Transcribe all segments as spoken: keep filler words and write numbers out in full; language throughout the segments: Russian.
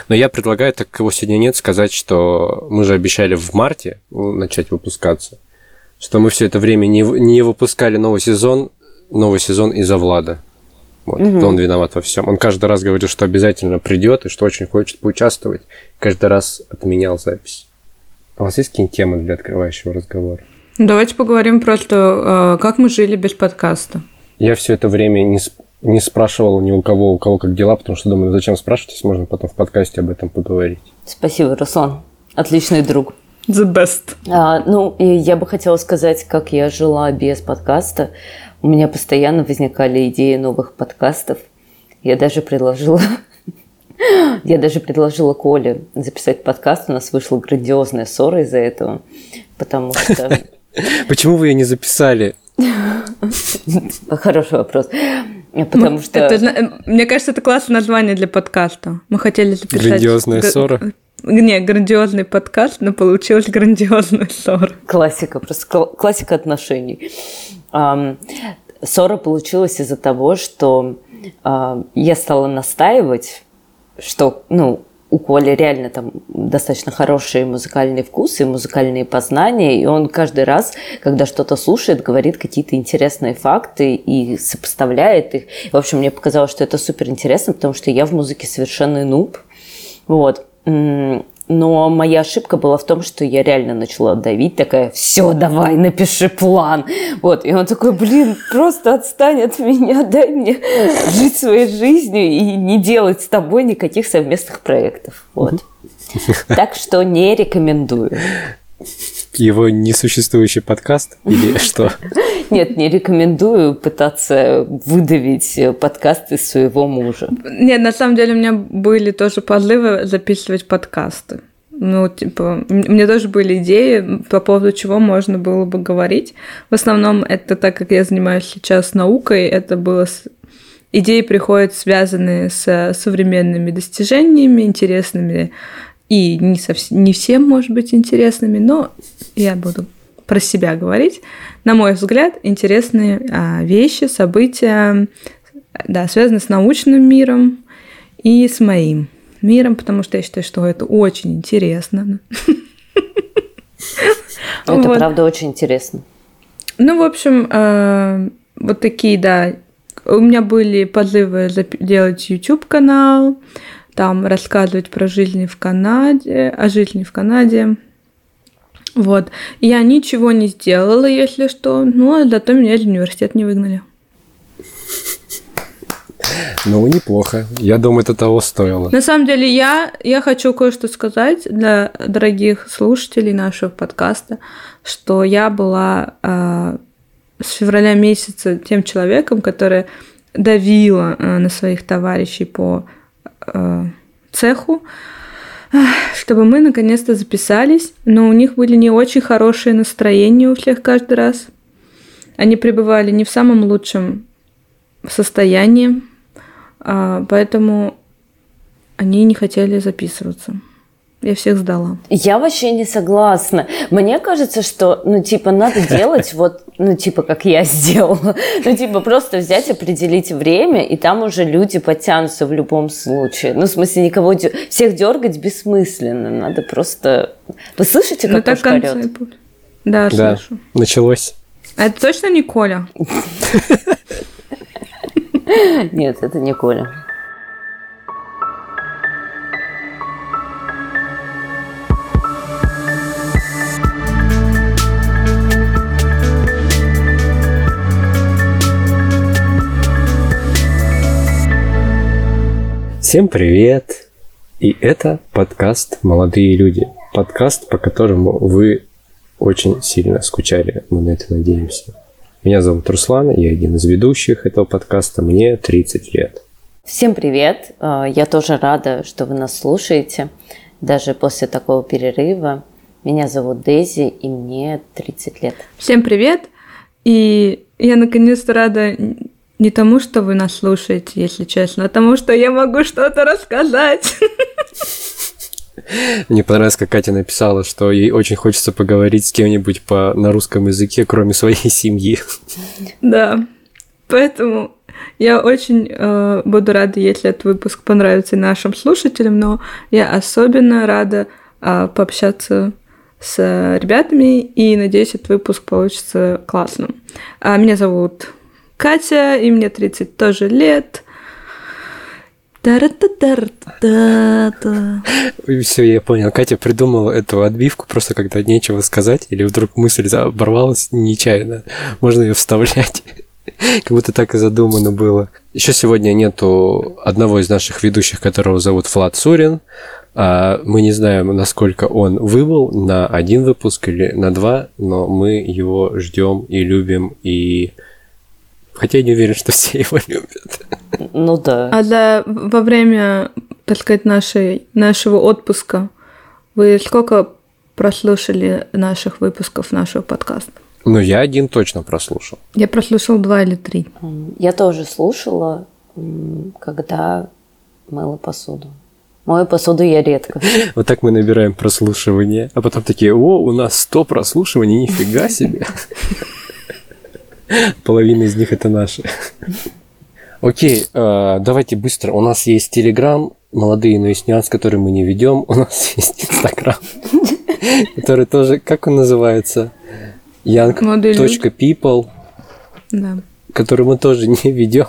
Но я предлагаю, так как его сегодня нет, сказать, что мы же обещали в марте начать выпускаться, что мы все это время не, не выпускали новый сезон, новый сезон из-за Влада. Вот. Угу. Он виноват во всем. Он каждый раз говорил, что обязательно придет и что очень хочет поучаствовать. Каждый раз отменял запись. А у вас есть какие-нибудь темы для открывающего разговора? Давайте поговорим про то, как мы жили без подкаста. Я все это время не, не спрашивал ни у кого, у кого как дела, потому что думаю, зачем спрашивать, если можно потом в подкасте об этом поговорить. Спасибо, Руслан. Отличный друг. The best. А, ну, и я бы хотела сказать, как я жила без подкаста. У меня постоянно возникали идеи новых подкастов. Я даже предложила... Я даже предложила Коле записать подкаст. У нас вышла грандиозная ссора из-за этого, потому что... Почему вы ее не записали? Хороший вопрос. Потому Мы, что... Это, мне кажется, это классное название для подкаста. Мы хотели записать... Грандиозная г... ссора? Не, грандиозный подкаст, но получилась грандиозная ссора. Классика, просто классика отношений. Um, ссора получилась из-за того, что uh, я стала настаивать, что, ну, у Коли реально там достаточно хороший музыкальный вкус и музыкальные познания, и он каждый раз, когда что-то слушает, говорит какие-то интересные факты и сопоставляет их. В общем, мне показалось, что это супер интересно, потому что я в музыке совершенный нуб. Вот. Но моя ошибка была в том, что я реально начала давить, такая: все, давай, напиши план. Вот. И он такой: блин, просто отстань от меня, дай мне жить своей жизнью и не делать с тобой никаких совместных проектов. Вот. Так что не рекомендую. Его несуществующий подкаст или что? Нет, не рекомендую пытаться выдавить подкаст из своего мужа. Нет, на самом деле у меня были тоже позывы записывать подкасты. Ну, типа, мне тоже были идеи, по поводу чего можно было бы говорить. В основном это, так как я занимаюсь сейчас наукой, это было... Идеи приходят, связанные с современными достижениями, интересными и не, совсем, не всем, может быть, интересными, но я буду про себя говорить. На мой взгляд, интересные а, вещи, события, да, связанные с научным миром и с моим миром, потому что я считаю, что это очень интересно. Это правда очень интересно. Ну, в общем, вот такие, да. У меня были позывы делать YouTube-канал, там рассказывать про жизнь в Канаде, о жизни в Канаде. Вот. Я ничего не сделала, если что, но зато меня из университета не выгнали. Ну, неплохо. Я думаю, это того стоило. На самом деле, я, я хочу кое-что сказать для дорогих слушателей нашего подкаста, что я была э, с февраля месяца тем человеком, который давила э, на своих товарищей по э, цеху, чтобы мы наконец-то записались, но у них были не очень хорошие настроения у всех каждый раз. Они пребывали не в самом лучшем состоянии, поэтому они не хотели записываться. Я всех сдала. Я вообще не согласна. Мне кажется, что, ну, типа, надо делать вот, ну, типа, как я сделала. Ну, типа, просто взять, определить время, и там уже люди подтянутся в любом случае. Ну, в смысле, никого... Дё... Всех дергать бессмысленно. Надо просто... Вы слышите, как кошка орёт? Да, да, слышу. Началось. А это точно не Коля? Нет, это не Коля. Всем привет! И это подкаст «Молодые люди». Подкаст, по которому вы очень сильно скучали. Мы на это надеемся. Меня зовут Руслан, я один из ведущих этого подкаста. Мне тридцать лет. Всем привет! Я тоже рада, что вы нас слушаете, даже после такого перерыва. Меня зовут Дейзи, и мне тридцать лет. Всем привет! И я наконец-то рада... Не тому, что вы нас слушаете, если честно, а тому, что я могу что-то рассказать. Мне понравилось, как Катя написала, что ей очень хочется поговорить с кем-нибудь по, на русском языке, кроме своей семьи. Да, поэтому Я очень э, буду рада, если этот выпуск понравится нашим слушателям, но я особенно рада э, пообщаться с ребятами, и надеюсь, этот выпуск получится классным. А, меня зовут Катя, и мне тридцать тоже лет. Все, я понял. Катя придумала эту отбивку просто когда нечего сказать, или вдруг мысль оборвалась нечаянно. Можно ее вставлять. Как будто так и задумано было. Еще сегодня нету одного из наших ведущих, которого зовут Влад Сурин. Мы не знаем, насколько он выбыл, на один выпуск или на два, но мы его ждем и любим, и... Хотя я не уверен, что все его любят. Ну да. А для, во время, так сказать, нашей, нашего отпуска вы сколько прослушали наших выпусков нашего подкаста? Ну, я один точно прослушал. Я прослушал два или три. Я тоже слушала, когда мыла посуду. Мою посуду я редко. Вот так мы набираем прослушивание, а потом такие: о, у нас сто прослушиваний, нифига себе. Половина из них это наши. Окей, давайте быстро. У нас есть Телеграм, молодые, но есть нюанс, который мы не ведем. У нас есть Инстаграм, который тоже, как он называется? young.people, да. Который мы тоже не ведем.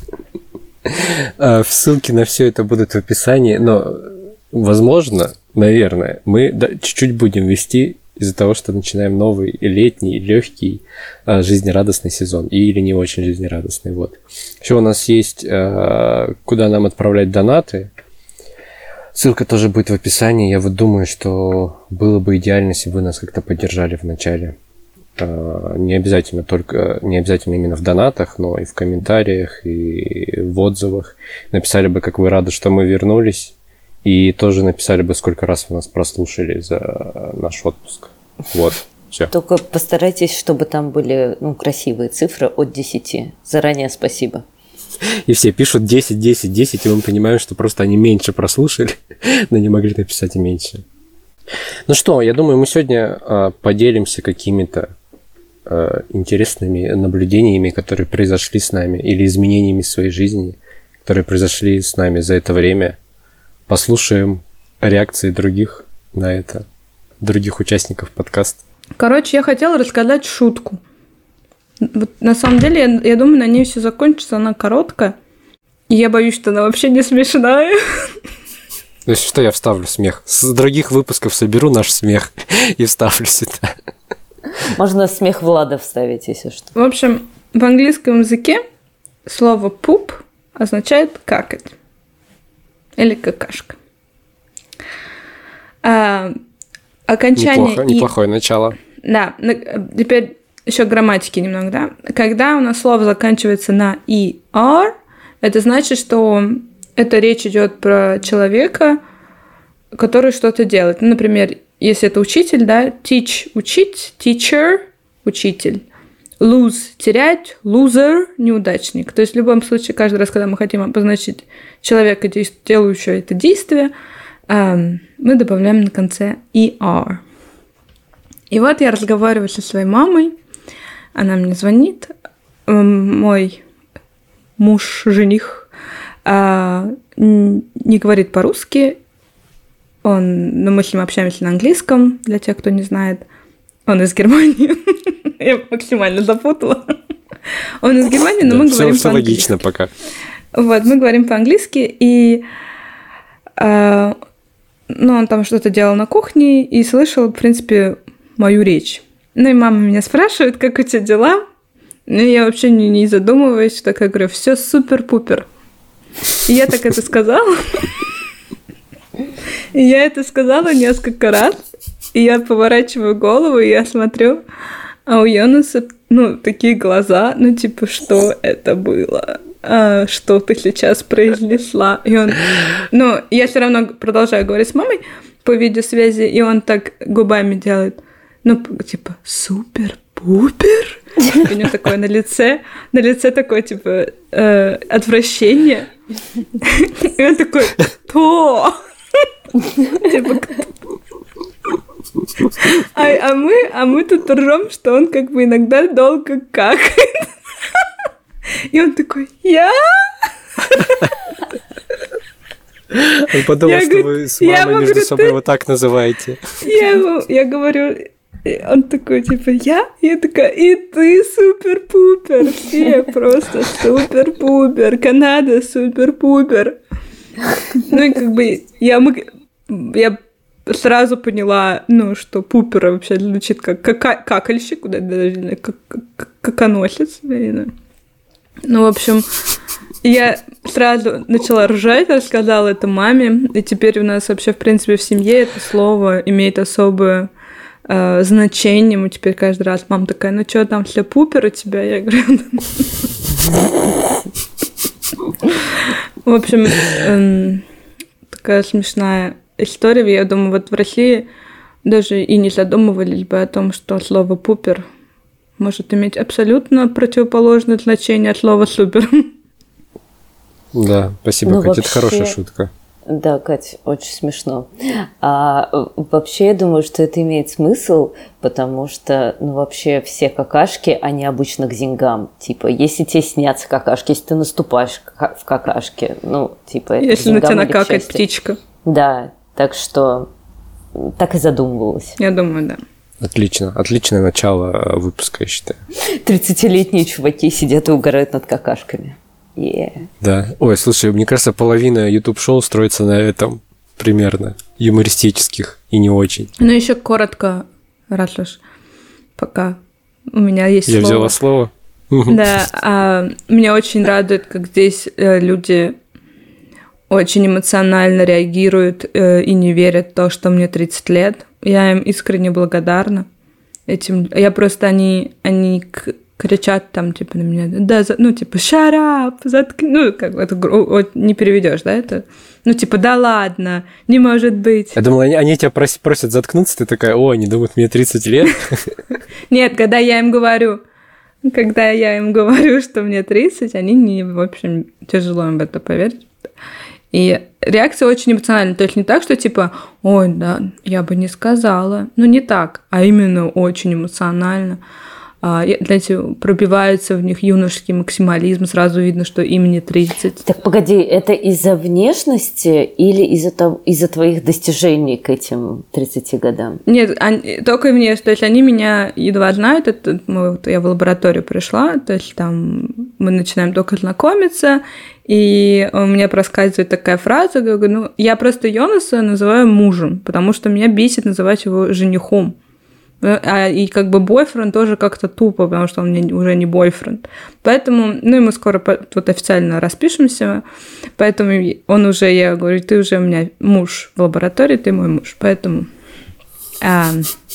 Ссылки на все это будут в описании, но, возможно, наверное, мы чуть-чуть будем вести из-за того, что начинаем новый летний, легкий, жизнерадостный сезон. Или не очень жизнерадостный. Вот. Еще у нас есть, куда нам отправлять донаты. Ссылка тоже будет в описании. Я вот думаю, что было бы идеально, если бы вы нас как-то поддержали в начале. Не обязательно только, не обязательно именно в донатах, но и в комментариях, и в отзывах. Написали бы, как вы рады, что мы вернулись. И тоже написали бы, сколько раз вы нас прослушали за наш отпуск. Вот, все. Только постарайтесь, чтобы там были ну, красивые цифры от десяти. Заранее спасибо. И все пишут десять, десять, десять, и мы понимаем, что просто они меньше прослушали, но не могли написать и меньше. Ну что, я думаю, мы сегодня а, поделимся какими-то а, интересными наблюдениями, которые произошли с нами, или изменениями в своей жизни, которые произошли с нами за это время. Послушаем реакции других на это, других участников подкаста. Короче, я хотела рассказать шутку. Вот на самом деле, я, я думаю, на ней все закончится, она короткая. И я боюсь, что она вообще не смешная. То есть что я вставлю смех? С других выпусков соберу наш смех и вставлю сюда. Можно смех Влада вставить, если что. В общем, в английском языке слово «пуп» означает «какать». Или какашка. А, окончание Неплохо, и... неплохое начало. Да, теперь еще грамматики немного, да. Когда у нас слово заканчивается на «er», это значит, что это речь идет про человека, который что-то делает. Ну, например, если это учитель, да, teach – учить, teacher – учитель. Lose – терять, loser – неудачник. То есть в любом случае, каждый раз, когда мы хотим обозначить человека, делающего это действие, мы добавляем на конце er. И вот я разговариваю со своей мамой, она мне звонит, мой муж-жених не говорит по-русски, он, ну, мы с ним общаемся на английском, для тех, кто не знает. Он из Германии. Я максимально запутала. Он из Германии, но да, мы говорим все по-английски. Логично пока. Вот, мы говорим по-английски, и э, ну, он там что-то делал на кухне и слышал, в принципе, мою речь. Ну, и мама меня спрашивает, как у тебя дела? Ну, я вообще не, не задумываюсь, так я говорю, все супер-пупер. И я так это сказала. И я это сказала несколько раз. И я поворачиваю голову, и я смотрю, а у Йонаса, ну, такие глаза, ну, типа, что это было? А, что ты сейчас произнесла? И он... Ну, я все равно продолжаю говорить с мамой по видеосвязи, и он так губами делает, ну, типа, супер-пупер. У него такое на лице, на лице такое, типа, э, отвращение. И он такой, кто? Типа, а, а, мы, а мы тут ржем, что он как бы иногда долго какает. И он такой, я? Он подумал, Я что говорю, вы с я мамой ему между говорю, собой ты- его так называете. Я, ему- я говорю, он такой, типа, я? Я такая, и ты супер-пупер, все просто супер-пупер, Канада супер-пупер. Ну и как бы я, мог- я сразу поняла, ну, что пупер вообще звучит как кака- какальщик, куда даже не знаю, как, как, каконосец, я не знаю. Ну, в общем, я сразу начала ржать, рассказала это маме, и теперь у нас вообще, в принципе, в семье это слово имеет особое э, значение. Мы теперь каждый раз, мама такая, ну что там, все пупер у тебя? Я говорю, в общем, эм, такая смешная история. Я думаю, вот в России даже и не задумывались бы о том, что слово «пупер» может иметь абсолютно противоположное значение от слова «супер». Да, спасибо, Ну, Катя, это вообще- хорошая шутка. Да, Кать, очень смешно. А, вообще, я думаю, что это имеет смысл, потому что, ну, вообще все какашки, они обычно к деньгам. Типа, если тебе снятся какашки, если ты наступаешь ка- в какашки, ну, типа, это к Если на тебя деньгам или к накакает счастью. птичка. Да, так что так и задумывалась. Я думаю, да. Отлично, отличное начало э, выпуска, я считаю. тридцатилетние чуваки сидят и угорают над какашками. Yeah. Да. Ой, слушай, мне кажется, половина YouTube-шоу строится на этом примерно. Юмористических и не очень. Ну, еще коротко, раз уж пока у меня есть Я слово. взяла слово. Да, а, меня очень радует, как здесь э, люди очень эмоционально реагируют э, и не верят в то, что мне тридцать лет. Я им искренне благодарна этим. Я просто, они, они к- кричат там, типа, на меня, да, за- ну, типа, shut up, заткни, ну, как бы это гру- вот не переведешь, да, это, ну, типа, да ладно, не может быть. Я думал, они, они тебя прос- просят заткнуться, ты такая, о, они думают, мне тридцать лет. Нет, когда я им говорю, когда я им говорю, что мне тридцать, они не, в общем, тяжело им в это поверить. И реакция очень эмоциональная. То есть не так, что типа, ой, да, я бы не сказала. Ну, не так, а именно очень эмоционально. А, я- знаете, пробивается в них юношеский максимализм, сразу видно, что им не тридцать. Так погоди, это из-за внешности или из-за того, из-за твоих достижений к этим тридцати годам? Нет, они- только мне, то есть они меня едва знают, это мы, вот я в лабораторию пришла, то есть там мы начинаем только знакомиться, и у меня проскальзывает такая фраза, я говорю, ну, я просто Йонаса называю мужем, потому что меня бесит называть его женихом. А, и как бы бойфренд тоже как-то тупо, потому что он мне уже не бойфренд. Поэтому, ну и мы скоро по- тут официально распишемся, поэтому он уже, я говорю, ты уже у меня муж в лаборатории, ты мой муж, поэтому... А,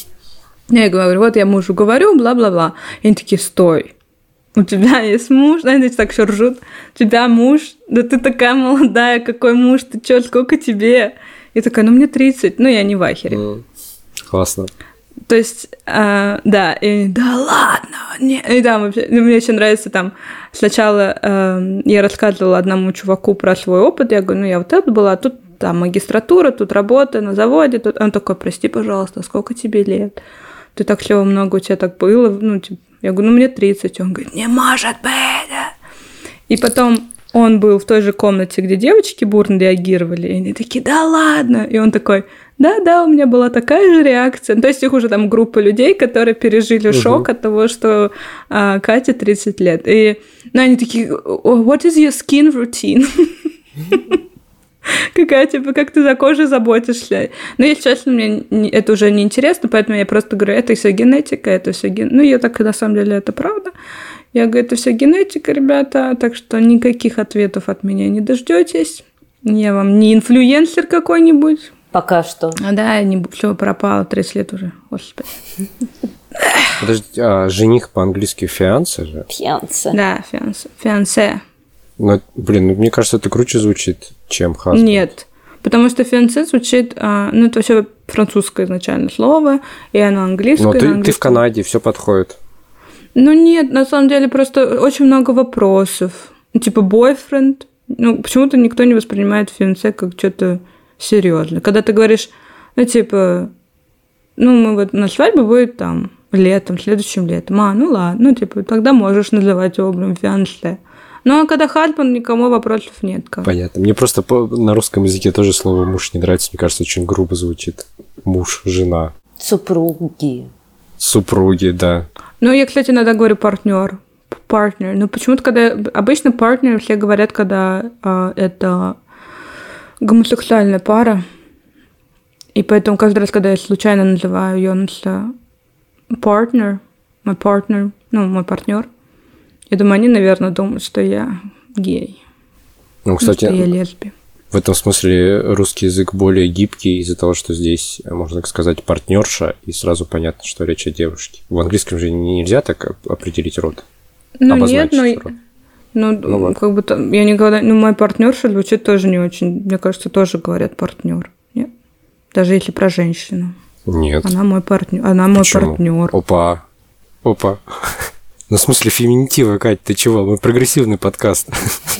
я говорю, вот я мужу говорю, бла-бла-бла. И они такие, стой, у тебя есть муж? Знаете, так еще ржут. У тебя муж? Да ты такая молодая, какой муж? Ты чё, сколько тебе? И такая, ну мне тридцать, ну я не в ахере. М, Классно. То есть, а, да, и, да ладно, не, и да, вообще, ну, мне еще нравится там, сначала э, я рассказывала одному чуваку про свой опыт, я говорю, ну, я вот это была, тут там магистратура, тут работа на заводе, тут... Он такой, прости, пожалуйста, сколько тебе лет? Ты так всего много, у тебя так было, ну, типа, я говорю, ну, мне тридцать, он говорит, не может быть! И потом он был в той же комнате, где девочки бурно реагировали, и они такие, да ладно, и он такой, да-да, у меня была такая же реакция. Ну, то есть их уже там группа людей, которые пережили Мгм. шок от того, что а, Кате тридцать лет. И ну, они такие, «О, what is your skin routine? Какая, типа, как ты за кожей заботишься? Ну, если честно, мне не- это уже не интересно, поэтому я просто говорю, это все генетика, это все ген... Ну, я так и на самом деле это правда. Я говорю, это все генетика, ребята, так что никаких ответов от меня не дождетесь. Я вам не инфлюенсер какой-нибудь. Пока что. А да, не все пропало, тридцать лет уже, господи. Подожди, а жених по-английски фиансе же? Фианце. Да, фиансе. Фиансе. Ну, блин, ну, мне кажется, это круче звучит, чем husband. Нет, потому что фиансе звучит, а, ну, это вообще французское изначально слово, и оно английское. Но на ты, ты в английском. Канаде, все подходит. Ну нет, на самом деле просто очень много вопросов. Ну, типа бойфренд. Ну, почему-то никто не воспринимает фиансе как что-то серьезное. Когда ты говоришь, ну, типа, ну, мы вот на свадьбе будет там летом, следующим летом. А, ну ладно, ну, типа, тогда можешь называть его, блин, фиансе. Ну, а когда husband, никому вопросов нет. Как. Понятно. Мне просто по, на русском языке тоже слово «муж» не нравится. Мне кажется, очень грубо звучит. Муж, жена. Супруги. Супруги, да. Ну, я, кстати, иногда говорю партнер. Партнер. Но почему-то, когда... Обычно партнер все говорят, когда а, это гомосексуальная пара. И поэтому каждый раз, когда я случайно называю Йонаса партнер, мой партнер, ну, мой партнер, я думаю, они, наверное, думают, что я гей. Ну, кстати, ну, что я лесби. В этом смысле русский язык более гибкий из-за того, что здесь, можно сказать, партнерша, и сразу понятно, что речь о девушке. В английском же нельзя так определить род. Ну, нет, но... Род. Ну, ну как бы там, я никогда... Ну, моя партнерша звучит тоже не очень... Мне кажется, тоже говорят партнер. Нет? Даже если про женщину. Нет. Она мой партнер. Она мой Почему? партнер. Опа. Опа. Ну, в смысле, феминитива, Кать, ты чего? Мы прогрессивный подкаст.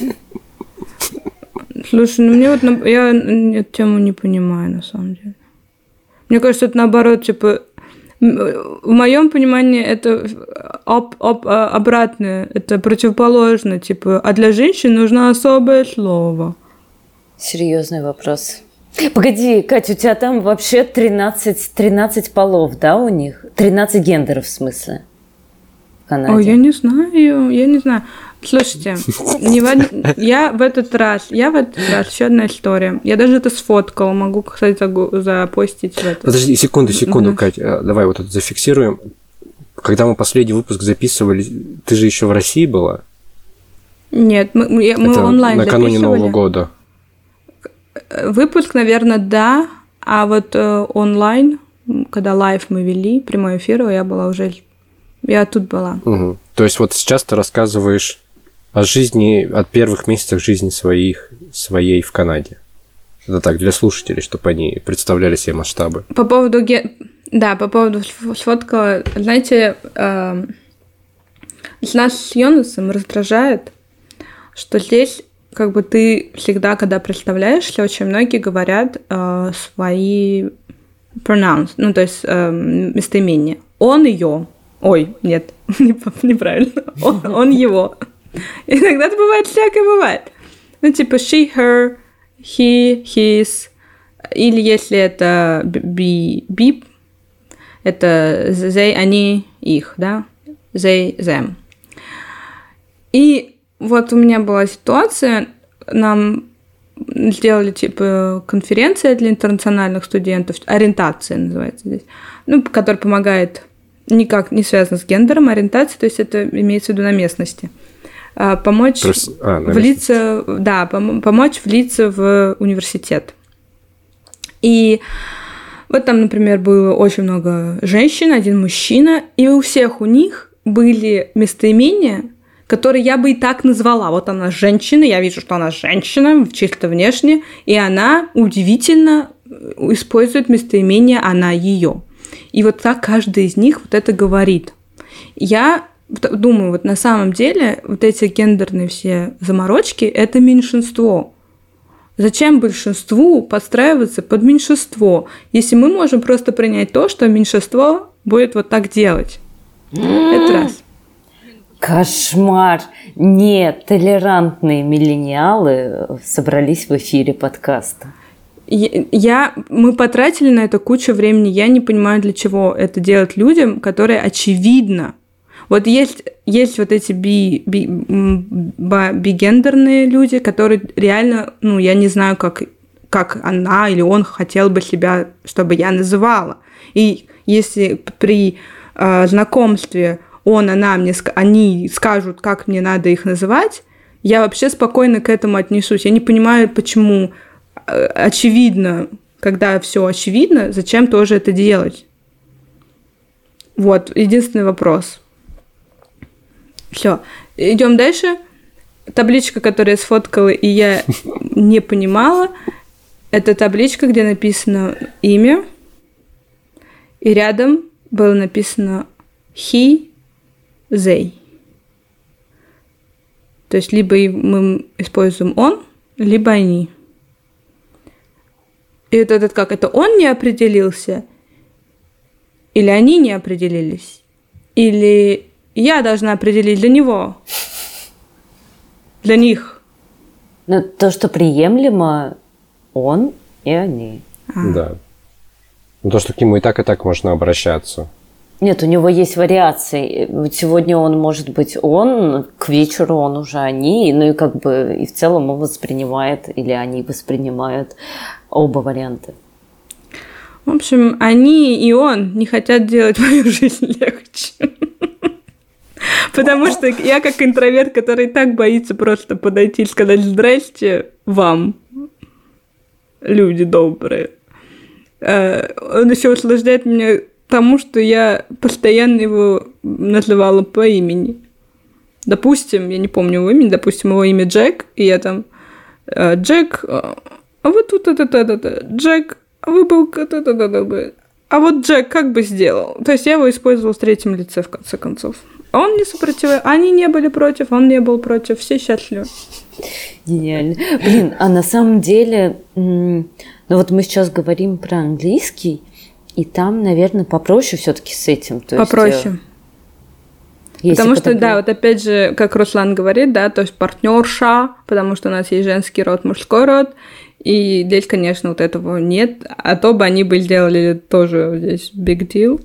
Слушай, ну мне вот... Я эту тему не понимаю, на самом деле. Мне кажется, это наоборот, типа... В моем понимании это об, об, обратное, это противоположно, типа, а для женщин нужно особое слово. Серьезный вопрос. Погоди, Катя, у тебя там вообще тринадцать, тринадцать полов, да, у них? тринадцать гендеров, в смысле? В Канаде. Ой, я не знаю, я не знаю. Слушайте, не в... я в этот раз, я в этот раз, еще одна история. Я даже это сфоткала, могу, кстати, запостить в это. Подожди, секунду, секунду, mm-hmm. Катя, давай вот это зафиксируем. Когда мы последний выпуск записывали, ты же еще в России была? Нет, мы, мы, мы это онлайн накануне записывали. Нового года. Выпуск, наверное, да, а вот э, онлайн, когда лайв мы вели, прямой эфир, я была уже, я тут была. Угу. То есть вот сейчас ты рассказываешь о жизни, от первых месяцев жизни своих, своей в Канаде. Это так, для слушателей, чтобы они представляли себе масштабы. По поводу... Ге... Да, по поводу сфоткала. Знаете, э, нас с Йонасом раздражает, что здесь как бы ты всегда, когда представляешься, очень многие говорят э, свои pronouns, ну, то есть э, местоимения. Он, ее. Ой, нет, неправильно. Он, он его. Иногда это бывает, всякое бывает. Ну, типа she, her, he, his. Или если это be, be, это they, они, их, да? They, them. И вот у меня была ситуация, нам сделали, типа, конференция для интернациональных студентов, ориентация называется здесь, ну, которая помогает, никак не связана с гендером, ориентация, то есть это имеется в виду на местности. Помочь Просто... а, влиться, да, пом- помочь влиться в университет. И вот там, например, было очень много женщин, один мужчина, и у всех у них были местоимения, которые я бы и так назвала. Вот она женщина, я вижу, что она женщина, чисто внешне, и она удивительно использует местоимение «она», «ее». И вот так каждый из них вот это говорит. Я думаю, вот на самом деле вот эти гендерные все заморочки – это меньшинство. Зачем большинству подстраиваться под меньшинство, если мы можем просто принять то, что меньшинство будет вот так делать? Это раз. Кошмар! Нет, толерантные миллениалы собрались в эфире подкаста. Я, я, мы потратили на это кучу времени. Я не понимаю, для чего это делать людям, которые очевидно. Вот есть, есть вот эти би, би, бигендерные люди, которые реально, ну, я не знаю, как, как она или он хотел бы себя, чтобы я называла. И если при э, знакомстве он, она мне, они скажут, как мне надо их называть, я вообще спокойно к этому отнесусь. Я не понимаю, почему очевидно, когда все очевидно, зачем тоже это делать. Вот, единственный вопрос. Все, идем дальше. Табличка, которую я сфоткала, и я не понимала, это табличка, где написано имя, и рядом было написано he, they. То есть либо мы используем он, либо они. И это, это как? Это он не определился? Или они не определились? Или я должна определить для него? Для них? Ну, то, что приемлемо, он и они. А. Да. Ну, то, что к нему и так, и так можно обращаться. Нет, у него есть вариации. Вот сегодня он может быть он, к вечеру он уже они, ну и как бы и в целом он воспринимает, или они воспринимают оба варианта. В общем, они и он не хотят делать мою жизнь легче. Потому что я как интроверт, который так боится просто подойти и сказать «Здрасте вам, люди добрые». Он еще услаждает меня тому, что я постоянно его называла по имени. Допустим, я не помню его имя, допустим, его имя Джек, и я там «Джек, а вот тут это, это, это, Джек, а вы был это, это, это, а вот Джек как бы сделал». То есть я его использовала в третьем лице, в конце концов. Он не сопротивляется, они не были против, он не был против, все счастливы. Гениально. Блин, а на самом деле, ну вот мы сейчас говорим про английский, и там, наверное, попроще все-таки с этим. То попроще. Есть, потому что, подобрать. да, вот опять же, как Руслан говорит, да, то есть партнерша, потому что у нас есть женский род, мужской род, и здесь, конечно, вот этого нет, а то бы они бы сделали тоже здесь big deal.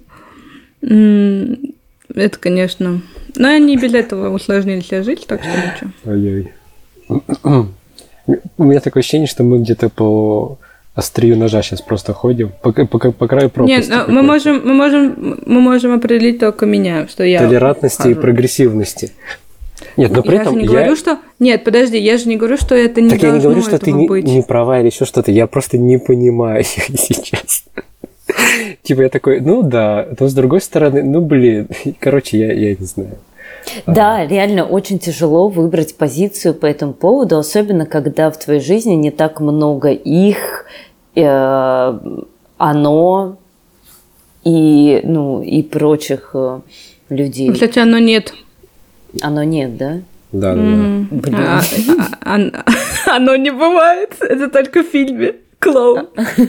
Это, конечно... Но они без этого усложнили себе жизнь, так что ничего. Ой-ой. У меня такое ощущение, что мы где-то по острию ножа сейчас просто ходим, по, по, по краю пропасти. Нет, мы можем, мы, можем, мы можем определить только меня, что я... Толерантности хожу. И прогрессивности. Нет, но при я этом же не я... говорю, что... Нет, подожди, я же не говорю, что это не так должно я не говорю, что ты не, быть. не права или еще что-то. Я просто не понимаю их сейчас. Типа я такой, ну да, но с другой стороны, ну блин, короче, я, я не знаю. Да, а. реально очень тяжело выбрать позицию по этому поводу, особенно когда в твоей жизни не так много их, э, оно и, ну, и прочих э, людей. Кстати, оно нет. Оно нет, да? Да, да, mm-hmm. да. Блин. А, а, а, оно не бывает, это только в фильме «Клоун».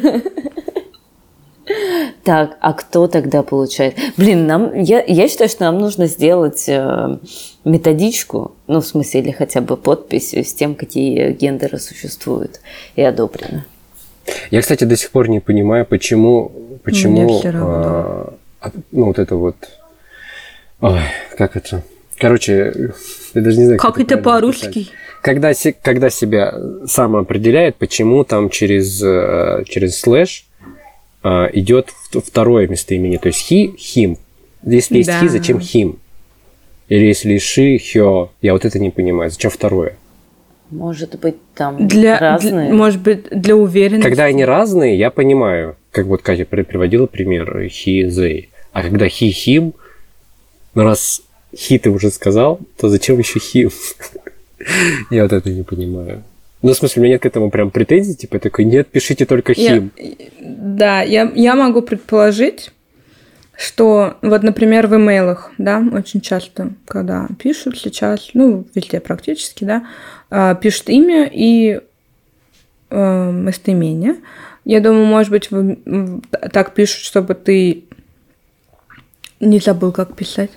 Так, а кто тогда получает? Блин, нам, я, я считаю, что нам нужно сделать э, методичку, ну, в смысле, или хотя бы подпись с тем, какие гендеры существуют и одобрены. Я, кстати, до сих пор не понимаю, почему, почему а, ну, вот это вот, ой, как это, короче, я даже не знаю, как, как это по-русски. Когда, когда себя самоопределяет, почему там через, через слэш идет второе местоимение, то есть he, him. Если есть да. he, зачем him? Или если she, her, я вот это не понимаю, зачем второе? Может быть, там для, разные. Для, может быть, для уверенности. Когда они разные, я понимаю, как вот Катя приводила пример he, they. А когда he, him, ну раз he ты уже сказал, то зачем еще him? Я вот это не понимаю. Ну, в смысле, у меня нет к этому прям претензий, типа, такой, нет, пишите только him. Я, да, я, я могу предположить, что, вот, например, в имейлах, да, очень часто, когда пишут сейчас, ну, везде практически, да, пишут имя и э, местоимение. Я думаю, может быть, вы, так пишут, чтобы ты не забыл, как писать.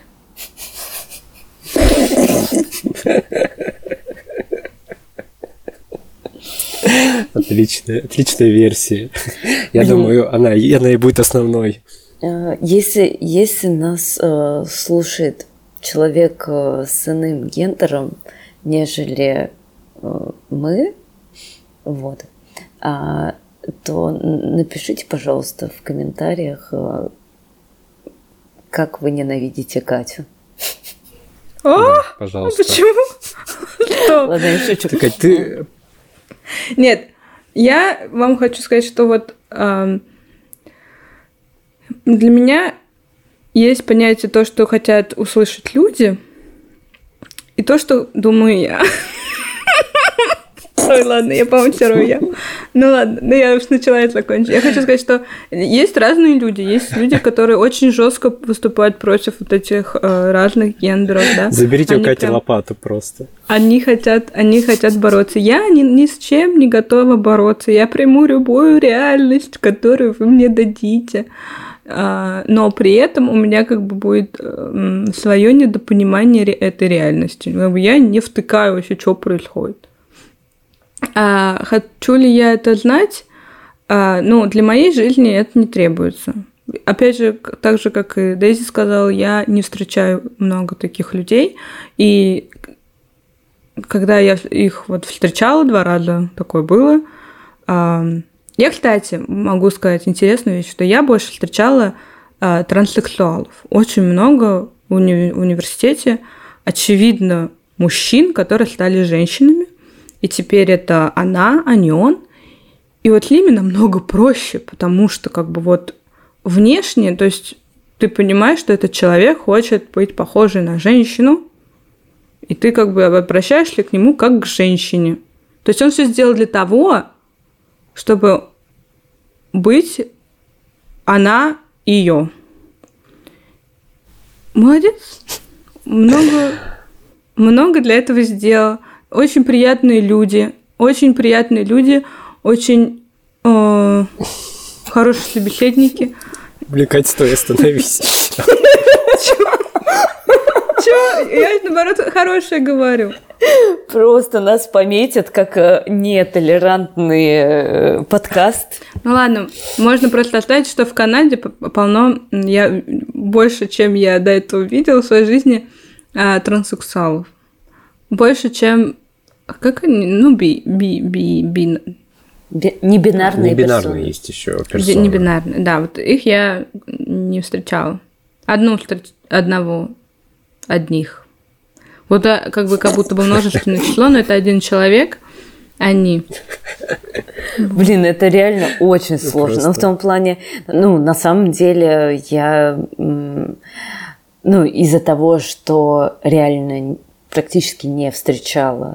Отличная, отличная версия. Я Блин. думаю, она, она и будет основной. Если, если нас э, слушает человек э, с иным гендером, нежели э, мы, вот, а, то напишите, пожалуйста, в комментариях, э, как вы ненавидите Катю. О, да, пожалуйста. Почему? Ладно, я шучу. Так, ты... Нет, я вам хочу сказать, что вот э, для меня есть понятие то, что хотят услышать люди, и то, что думаю я. Ой, ладно, я помонтирую я. Ну ладно, ну я уж начала и закончу. Я хочу сказать, что есть разные люди. Есть люди, которые очень жестко выступают против вот этих э, разных гендеров, да. Заберите они у Кати прям, лопату просто. Они хотят, они хотят бороться. Я ни, ни с чем не готова бороться. Я приму любую реальность, которую вы мне дадите. Но при этом у меня как бы будет свое недопонимание этой реальности. Я не втыкаю вообще, что происходит. А хочу ли я это знать? А, ну, для моей жизни это не требуется. Опять же, так же, как и Дейзи сказала, я не встречаю много таких людей. И когда я их вот встречала два раза, такое было. А, я, кстати, могу сказать интересную вещь, что я больше встречала а, транссексуалов. Очень много в уни- университете, очевидно, мужчин, которые стали женщинами. И теперь это она, а не он. И вот Лиме намного проще, потому что как бы вот внешне, то есть ты понимаешь, что этот человек хочет быть похожей на женщину, и ты как бы обращаешься к нему как к женщине. То есть он все сделал для того, чтобы быть она ее. Молодец. Много, много для этого сделал. Очень приятные люди. Очень приятные люди. Очень э, хорошие собеседники. Блин, Катя, стой, остановись. Чего? Я, наоборот, хорошее говорю. Просто нас пометят как нетолерантный подкаст. Ну ладно, можно просто оставить, что в Канаде полно, я больше, чем я до этого видела в своей жизни, транссексуалов. Больше, чем... Как они? Ну, би... би, би, би... Небинарные Небинарные персоны. есть еще персоны. Небинарные, да, вот их я не встречала. Одну встреч... Одного. Одних. Вот как бы как будто бы множественное число, но это один человек, они. Блин, это реально очень Ну, сложно. просто. Но в том плане, ну, на самом деле, я, ну, из-за того, что реально практически не встречала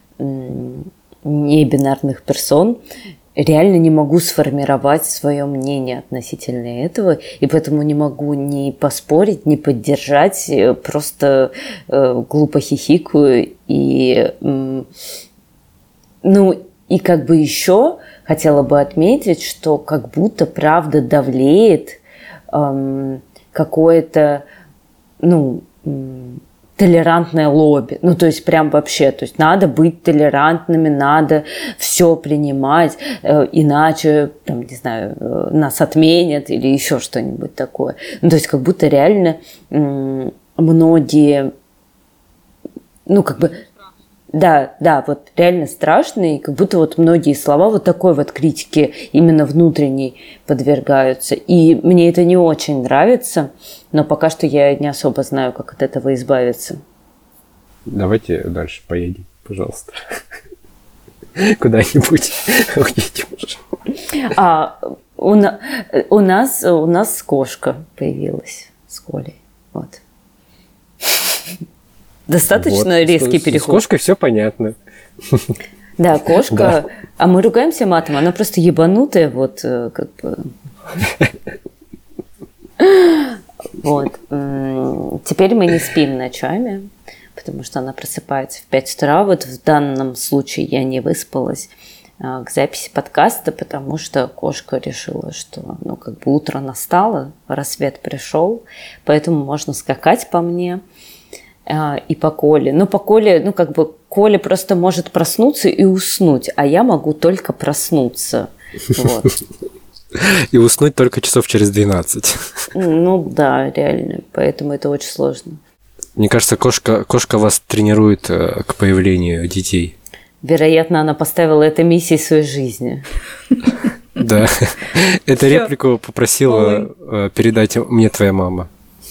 небинарных персон, реально не могу сформировать свое мнение относительно этого, и поэтому не могу ни поспорить, ни поддержать, просто э, глупо хихикаю. И, э, ну, и как бы еще хотела бы отметить, что как будто правда давлеет э, какое-то, ну, толерантное лобби. Ну, то есть, прям вообще, то есть, надо быть толерантными, надо все принимать, э, иначе, там, не знаю, э, нас отменят или еще что-нибудь такое. Ну, то есть, как будто реально э, многие, ну, как бы, да, да, вот реально страшно, и как будто вот многие слова вот такой вот критики именно внутренней подвергаются. И мне это не очень нравится, но пока что я не особо знаю, как от этого избавиться. Давайте дальше поедем, пожалуйста. Куда-нибудь уедем уже. А, у, на, у, нас, у нас кошка появилась с Колей. Вот. Достаточно Вот. резкий с, переход. С кошкой все понятно. Да, кошка. Да. А мы ругаемся матом, она просто ебанутая, вот как бы. Вот. Теперь мы не спим ночами, потому что она просыпается в пять утра. Вот в данном случае я не выспалась к записи подкаста, потому что кошка решила, что ну как бы утро настало, рассвет пришел, поэтому можно скакать по мне и по Коле. Ну, по Коле, ну, как бы Коля просто может проснуться и уснуть, а я могу только проснуться. Вот. И уснуть только часов через двенадцать. Ну, да, реально. Поэтому это очень сложно. Мне кажется, кошка, кошка вас тренирует к появлению детей. Вероятно, она поставила это миссией своей жизни. Да. Эту реплику попросила передать мне твоя мама.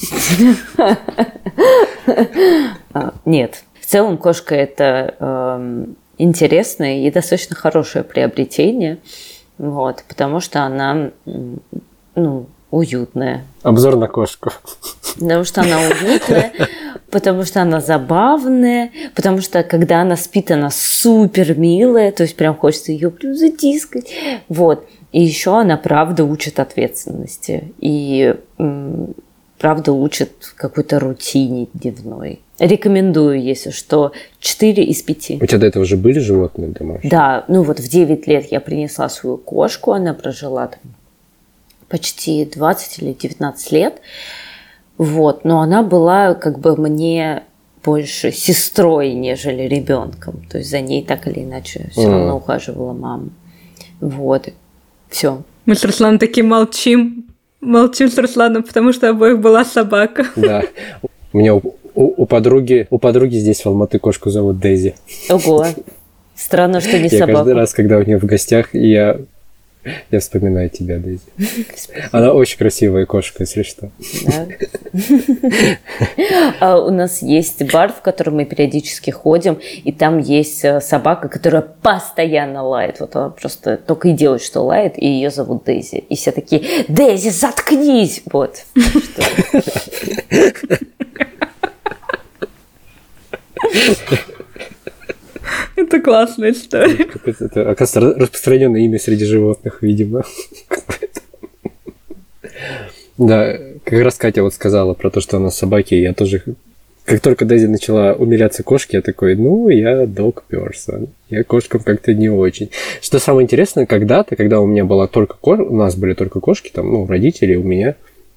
Нет. В целом кошка – это э, интересное и достаточно хорошее приобретение, вот, потому что она ну, уютная. Обзор на кошку. Потому что она уютная, Потому что она забавная, потому что когда она спит, она супер милая, то есть прям хочется ее прям затискать. Вот. И еще она правда учит ответственности. И м, правда учит какой-то рутине дневной. Рекомендую, если что, четыре из пяти. У тебя до этого же были животные домашние? Да, ну вот в девять лет я принесла свою кошку, она прожила там почти двадцать или девятнадцать лет. Вот, но она была как бы мне больше сестрой, нежели ребенком. То есть за ней так или иначе все mm. равно ухаживала мама. Вот, все. Мы с Русланом такие молчим, молчим с Русланом, потому что у обоих была собака. Да, у меня у, у, у подруги, у подруги здесь в Алматы кошку зовут Дейзи. Ого, странно, что не я собака. Я каждый раз, когда у нее в гостях, я... Я вспоминаю тебя, Дейзи. Она очень красивая кошка, если что. Да. А у нас есть бар, в котором мы периодически ходим, и там есть собака, которая постоянно лает. Вот она просто только и делает, что лает, и ее зовут Дейзи. И все такие: Дейзи, заткнись! Вот. Это классная история. Это, это, оказывается, распространенное имя среди животных, видимо. Да, как раз Катя вот сказала про то, что она собаки, я тоже... Как только Дейзи начала умиляться кошке, я такой, ну, я dog person. Я кошкам как-то не очень. Что самое интересное, когда-то, когда у меня была только кошка, у нас были только кошки, там, ну, родители, у меня,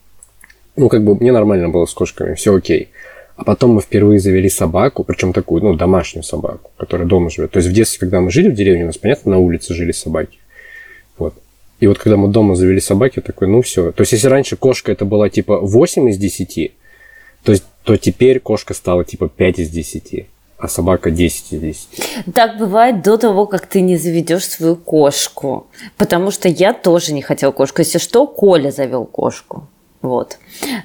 ну, как бы мне нормально было с кошками, все окей. А потом мы впервые завели собаку, причем такую, ну, домашнюю собаку, которая дома живет. То есть в детстве, когда мы жили в деревне, у нас, понятно, на улице жили собаки. Вот. И вот когда мы дома завели собаки, я такой, ну, все. То есть если раньше кошка это была типа восемь из десяти, то, есть, то теперь кошка стала типа пять из десяти, а собака десять из десяти. Так бывает до того, как ты не заведешь свою кошку. Потому что я тоже не хотела кошку. Если что, Коля завел кошку. Вот.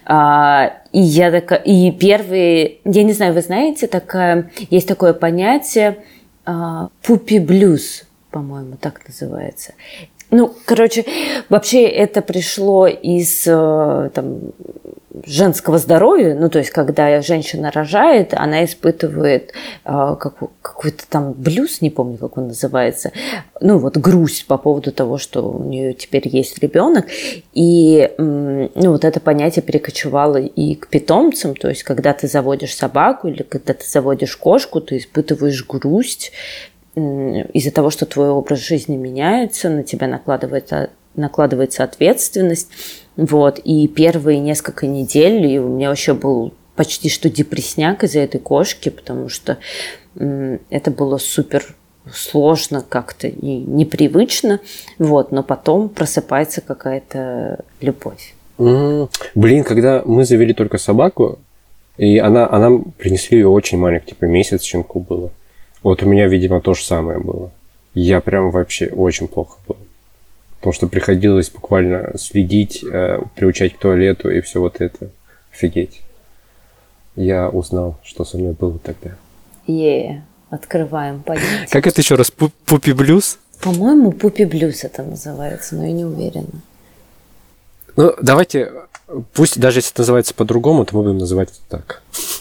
А, и я такая, и первые, я не знаю, вы знаете, такая, есть такое понятие а, пупи-блюз, по-моему, так называется. Ну, короче, вообще это пришло из там, женского здоровья, ну, то есть, когда женщина рожает, она испытывает э, как, какой-то там блюз, не помню, как он называется, ну, вот грусть по поводу того, что у нее теперь есть ребенок, и, э, ну, вот это понятие перекочевало и к питомцам, то есть, когда ты заводишь собаку или когда ты заводишь кошку, ты испытываешь грусть э, из-за того, что твой образ жизни меняется, на тебя накладывается, накладывается ответственность. Вот, и первые несколько недель и у меня вообще был почти что депрессняк из-за этой кошки, потому что м, это было супер сложно как-то и непривычно, вот, но потом просыпается какая-то любовь. Mm-hmm. Блин, когда мы завели только собаку, и она, она принесли ее очень маленький, типа месяц щенку было. Вот у меня, видимо, то же самое было. Я прям вообще очень плохо был. Потому что приходилось буквально следить, э, приучать к туалету и все вот это. Офигеть. Я узнал, что со мной было тогда. Е, открываем понятие. Как это еще раз? Пупи-блюз? По-моему, пупи-блюз это называется, но я не уверена. Ну, давайте, пусть даже если это называется по-другому, то мы будем называть это так.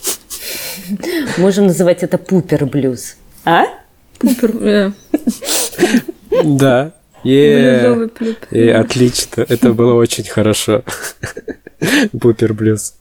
Можем называть это пупер-блюз. А? Пупер, да. Yeah. Yeah, отлично, это было очень хорошо. Пупер-блюз.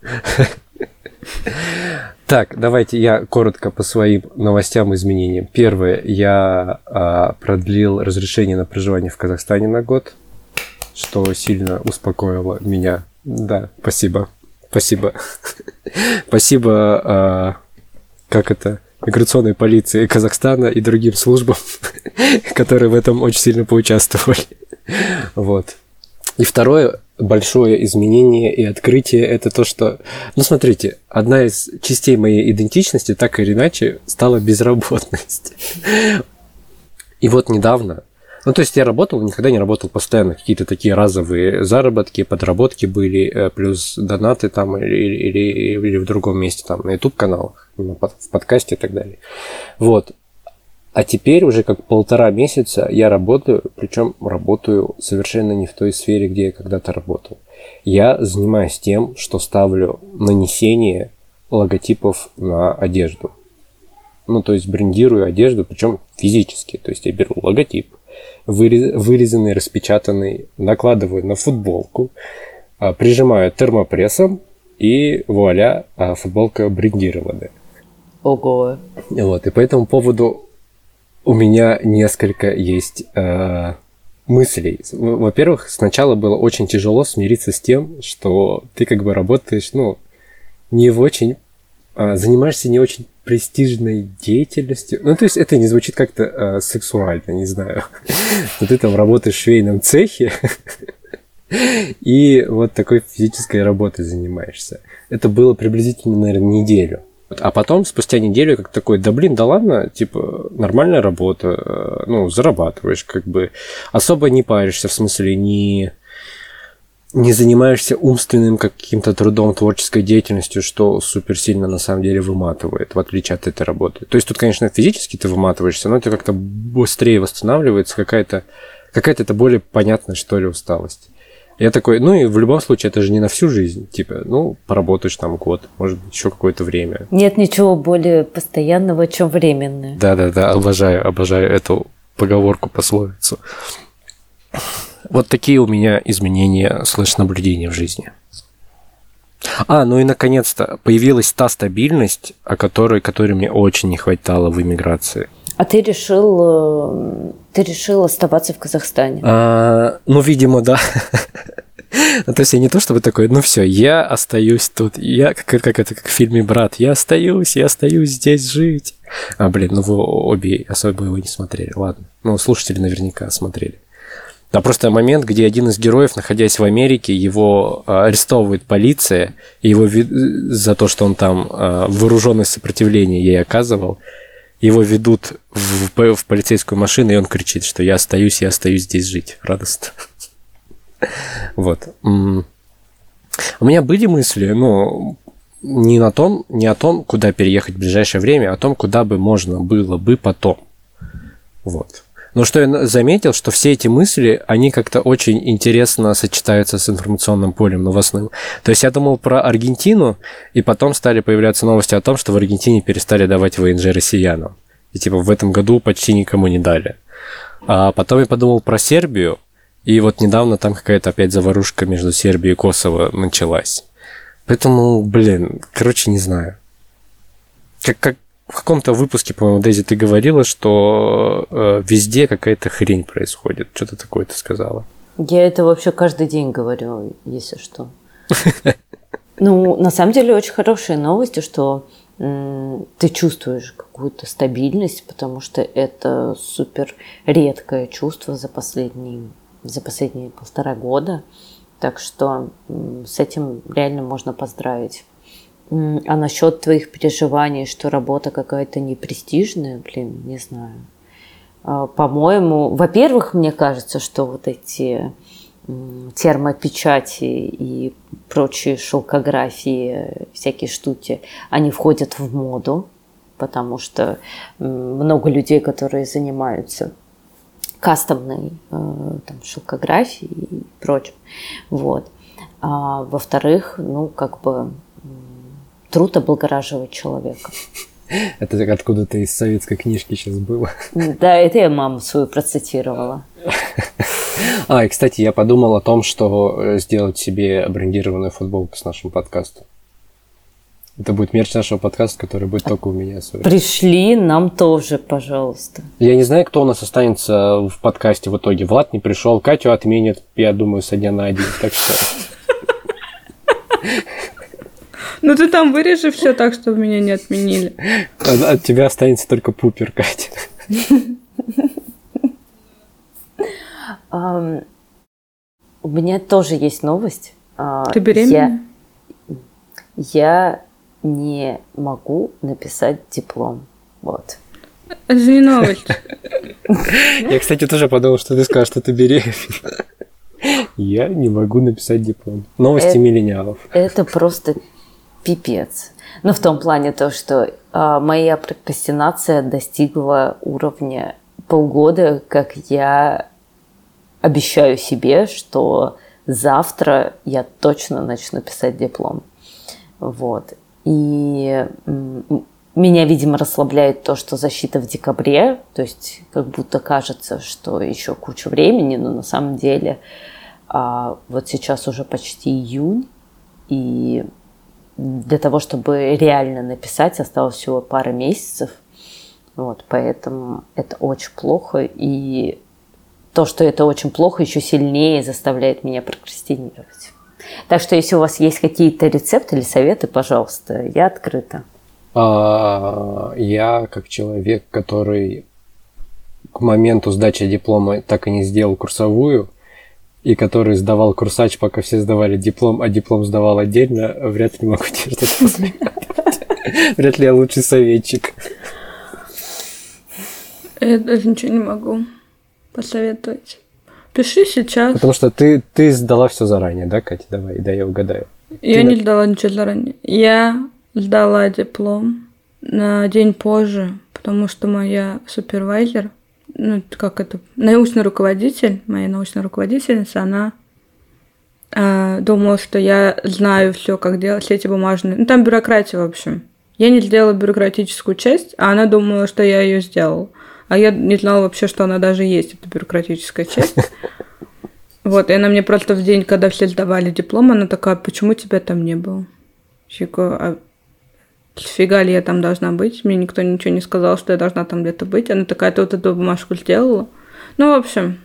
Так, давайте я коротко по своим новостям и изменениям. Первое, я а, продлил разрешение на проживание в Казахстане на год, что сильно успокоило меня. Да, спасибо. Спасибо. Спасибо, а, как это, миграционной полиции Казахстана и другим службам, которые в этом очень сильно поучаствовали. Вот. И второе большое изменение и открытие – это то, что... Ну, смотрите, одна из частей моей идентичности так или иначе стала безработность. И вот недавно... Ну, то есть я работал, никогда не работал постоянно. Какие-то такие разовые заработки, подработки были, плюс донаты там или, или, или в другом месте, там, на YouTube-каналах, в подкасте и так далее. Вот. А теперь уже как полтора месяца я работаю, причем работаю совершенно не в той сфере, где я когда-то работал. Я занимаюсь тем, что ставлю нанесение логотипов на одежду. Ну, то есть брендирую одежду, причем физически. То есть я беру логотип, вырезанный, распечатанный, накладываю на футболку, прижимаю термопрессом, и вуаля, футболка брендированная. Ого. Вот, и по этому поводу у меня несколько есть э, мыслей. Во-первых, сначала было очень тяжело смириться с тем, что ты как бы работаешь, ну, не в очень... А, занимаешься не очень престижной деятельностью. Ну, то есть это не звучит как-то э, сексуально, не знаю. Но ты там работаешь в швейном цехе, и вот такой физической работой занимаешься. Это было приблизительно, наверное, неделю. А потом, спустя неделю, как такой, да блин, да ладно, типа, нормальная работа, ну, зарабатываешь, как бы, особо не паришься, в смысле, не, не занимаешься умственным каким-то трудом, творческой деятельностью, что супер сильно, на самом деле, выматывает, в отличие от этой работы. То есть тут, конечно, физически ты выматываешься, но это как-то быстрее восстанавливается, какая-то, какая-то это более понятная, что ли, усталость. Я такой, ну и в любом случае, это же не на всю жизнь. Типа, ну, поработаешь там год, может быть, еще какое-то время. Нет ничего более постоянного, чем временное. Да-да-да, обожаю, обожаю эту поговорку, пословицу. Вот такие у меня изменения слэш-наблюдения в жизни. А, ну и наконец-то появилась та стабильность, о которой, которой мне очень не хватало в эмиграции. А ты решил, ты решил оставаться в Казахстане? А, ну, видимо, да. Ну, то есть я не то чтобы такой, ну все, я остаюсь тут. Я, как, как это, как в фильме «Брат», я остаюсь, я остаюсь здесь жить. А, блин, ну вы обе особо его не смотрели, ладно. Ну, слушатели наверняка смотрели. Да, просто момент, где один из героев, находясь в Америке, его арестовывает полиция, и его за то, что он там вооруженное сопротивление ей оказывал, его ведут в, в полицейскую машину, и он кричит, что я остаюсь, я остаюсь здесь жить. Радостно. Вот. У меня были мысли, ну, не на том, не о том, куда переехать в ближайшее время, а о том, куда бы можно было бы потом. Вот. Но что я заметил, что все эти мысли, они как-то очень интересно сочетаются с информационным полем новостным. То есть я думал про Аргентину, и потом стали появляться новости о том, что в Аргентине перестали давать ВНЖ россиянам. И типа в этом году почти никому не дали. А потом я подумал про Сербию, и вот недавно там какая-то опять заварушка между Сербией и Косово началась. Поэтому, блин, короче, не знаю. Как, как в каком-то выпуске, по-моему, Дейзи, ты говорила, что э, везде какая-то хрень происходит. Что-то такое ты сказала. Я это вообще каждый день говорю, если что. Ну, на самом деле, очень хорошие новости, что ты чувствуешь какую-то стабильность, потому что это супер редкое чувство за последние, за последние полтора года. Так что с этим реально можно поздравить. А насчет твоих переживаний, что работа какая-то непрестижная, блин, не знаю. По-моему, во-первых, мне кажется, что вот эти термопечати и прочие шелкографии, всякие штуки, они входят в моду, потому что много людей, которые занимаются кастомной там, шелкографией и прочим. Вот. А во-вторых, ну, как бы труд облагораживает человека. Это откуда-то из советской книжки сейчас было. Да, это я маму свою процитировала. А, и, кстати, я подумал о том, что сделать себе брендированную футболку с нашим подкастом. Это будет мерч нашего подкаста, который будет только у меня. Пришли нам тоже, пожалуйста. Я не знаю, кто у нас останется в подкасте в итоге. Влад не пришел, Катю отменят, я думаю, со дня на один. Так что... Ну ты там вырежи все так, чтобы меня не отменили. От тебя останется только пупер, Катя. Um, у меня тоже есть новость. Ты беременна? Я, я не могу написать диплом. Вот. Это же не новость. Я, кстати, тоже подумал, что ты скажешь, что ты беременна. Я не могу написать диплом. Новости это, миллениалов. Это просто пипец. Но в том плане то, что а, моя прокрастинация достигла уровня полгода, как я обещаю себе, что завтра я точно начну писать диплом. Вот. И меня, видимо, расслабляет то, что защита в декабре, то есть как будто кажется, что еще куча времени, но на самом деле а, вот сейчас уже почти июнь, и для того, чтобы реально написать, осталось всего пара месяцев, вот, поэтому это очень плохо, и то, что это очень плохо, еще сильнее заставляет меня прокрастинировать. Так что, если у вас есть какие-то рецепты или советы, пожалуйста, я открыта. Я, как человек, который к моменту сдачи диплома так и не сделал курсовую, и который сдавал курсач, пока все сдавали диплом, а диплом сдавал отдельно, вряд ли могу тебе что-то посоветовать. Вряд ли я лучший советчик. Я даже ничего не могу посоветовать. Пиши сейчас. Потому что ты, ты сдала все заранее, да, Катя? Давай, да, я угадаю. Я ты не на... сдала ничего заранее. Я сдала диплом на день позже, потому что моя супервайзер, ну, как это, научный руководитель, моя научная руководительница, она э, думала, что я знаю все, как делать, все эти бумажные... Ну, там бюрократия, в общем. Я не сделала бюрократическую часть, а она думала, что я ее сделала. А я не знала вообще, что она даже есть, эта бюрократическая часть. Вот, и она мне просто в день, когда все сдавали диплом, она такая: почему тебя там не было? Я говорю: а фига ли я там должна быть? Мне никто ничего не сказал, что я должна там где-то быть. Она такая: ты вот эту бумажку сделала. Ну, в общем,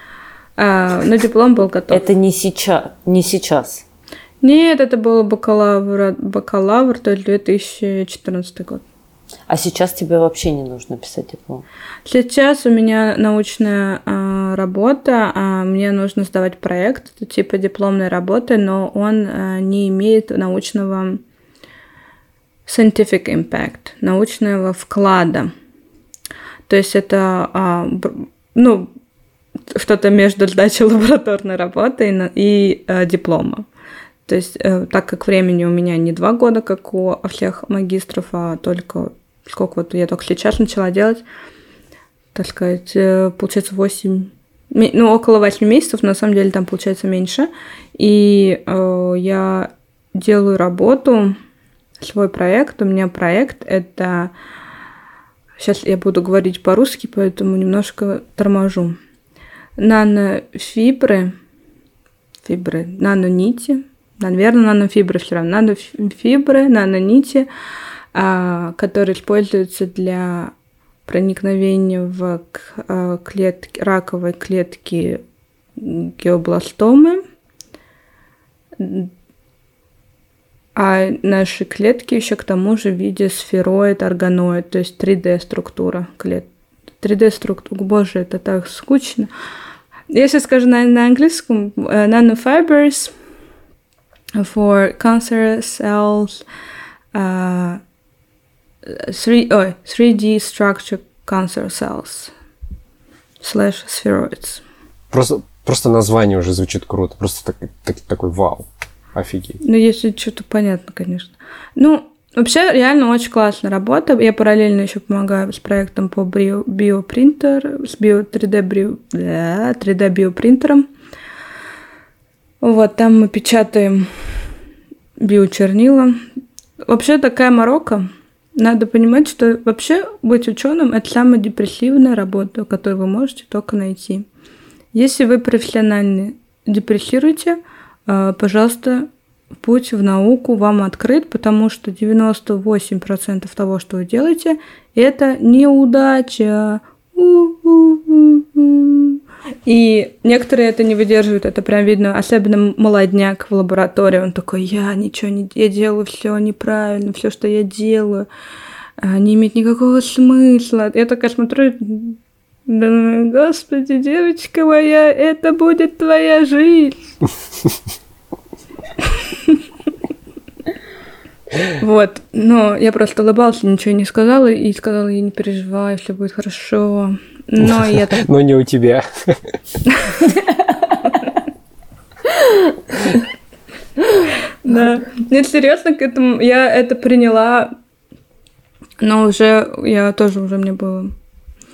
а, но диплом был готов. Это не сейчас, не сейчас. Нет, это был бакалавр, бакалавр, то есть две тысячи четырнадцатый год. А сейчас тебе вообще не нужно писать диплом? Сейчас у меня научная а, работа, а мне нужно сдавать проект, это типа дипломной работы, но он а, не имеет научного scientific impact, научного вклада. То есть это а, ну, что-то между сдачей лабораторной работы и, и а, диплома. То есть, э, так как времени у меня не два года, как у всех магистров, а только, сколько вот я только сейчас начала делать, так сказать, э, получается восемь, ну, около восьми месяцев, но на самом деле там получается меньше. И э, я делаю работу, свой проект. У меня проект — это... Сейчас я буду говорить по-русски, поэтому немножко торможу. Нанофибры, фибры, нанонити, наверное, нанофибры все равно. Нанофибры, нанонити, а, которые используются для проникновения в клетки, раковой клетки геобластомы. А наши клетки еще к тому же в виде сфероид, органоид, то есть три дэ-структура клет. три дэ-структура, боже, это так скучно. Я сейчас скажу на, на английском. Nanofibers for cancer cells, uh, three, oh, three D structure cancer cells slash spheroids. Просто, просто название уже звучит круто. Просто так, так, такой вау. Офигеть. Ну, если что-то понятно, конечно. Ну, вообще, реально очень классная работа. Я параллельно еще помогаю с проектом по биопринтер, с био три дэ, да, три дэ биопринтером. Вот, там мы печатаем биочернила. Вообще такая морока. Надо понимать, что вообще быть ученым — это самая депрессивная работа, которую вы можете только найти. Если вы профессионально депрессируете, пожалуйста, путь в науку вам открыт, потому что девяносто восемь процентов того, что вы делаете, это неудача. У-у-у-у. И некоторые это не выдерживают, это прям видно, особенно молодняк в лаборатории, он такой: я ничего не я делаю, все неправильно, все, что я делаю, не имеет никакого смысла. Я такая смотрю: да, господи, девочка моя, это будет твоя жизнь. Вот, но я просто улыбалась, ничего не сказала, и сказала: я не переживай, все будет хорошо. Но я так... Но не у тебя. Да. Нет, серьезно, к этому я это приняла, но уже я тоже уже мне было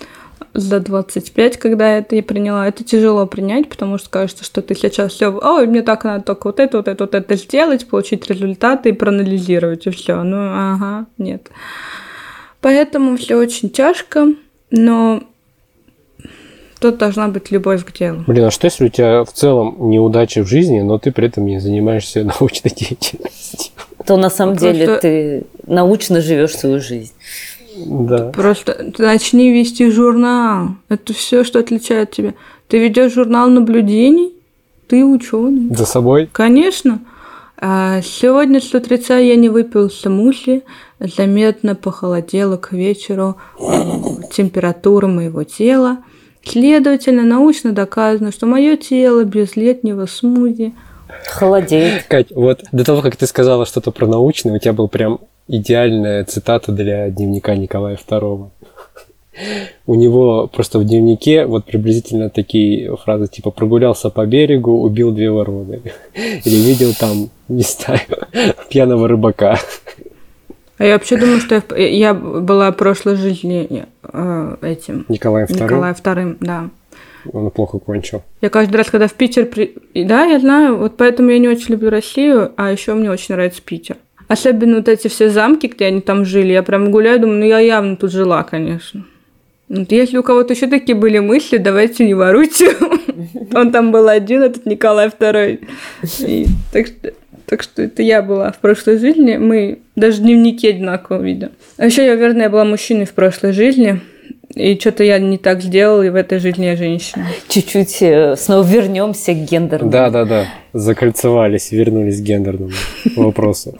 за двадцать пять, когда это я приняла. Это тяжело принять, потому что кажется, что ты сейчас все, ой, мне так надо только вот это, вот это, вот это сделать, получить результаты и проанализировать, и все. Ну, ага, нет. Поэтому все очень тяжко, но тут должна быть любовь к делу. Блин, а что если у тебя в целом неудачи в жизни, но ты при этом не занимаешься научной деятельностью? То на самом Просто... деле ты научно живешь свою жизнь. Да. Просто начни вести журнал. Это все, что отличает тебя. Ты ведешь журнал наблюдений, ты ученый. За собой? Конечно. Сегодня с утреца я не выпил мусли, заметно похолодело к вечеру температура моего тела. Следовательно, научно доказано, что мое тело без летнего смузи холодеет. Кать, вот до того, как ты сказала что-то про научное, у тебя был прям идеальная цитата для дневника Николая второго. У него просто в дневнике вот приблизительно такие фразы, типа «прогулялся по берегу, убил две вороны». Или «видел там, не знаю, пьяного рыбака». А я вообще думаю, что я, я была в прошлой жизни э, этим... Николаем вторым? Николаем вторым, да. Он плохо кончил. Я каждый раз, когда в Питер... При... Да, я знаю, вот поэтому я не очень люблю Россию, а еще мне очень нравится Питер. Особенно вот эти все замки, где они там жили. Я прям гуляю, думаю, ну я явно тут жила, конечно. Вот если у кого-то еще такие были мысли, давайте не воруйте. Он там был один, этот Николай второй. И, так, что, так что это я была в прошлой жизни. Мы даже дневники одинаково видим. А еще я, наверное, я была мужчиной в прошлой жизни. И что-то я не так сделала, и в этой жизни я женщина. Чуть-чуть снова вернемся к гендерному. Да, да, да. Закольцевались, вернулись к гендерному вопросу.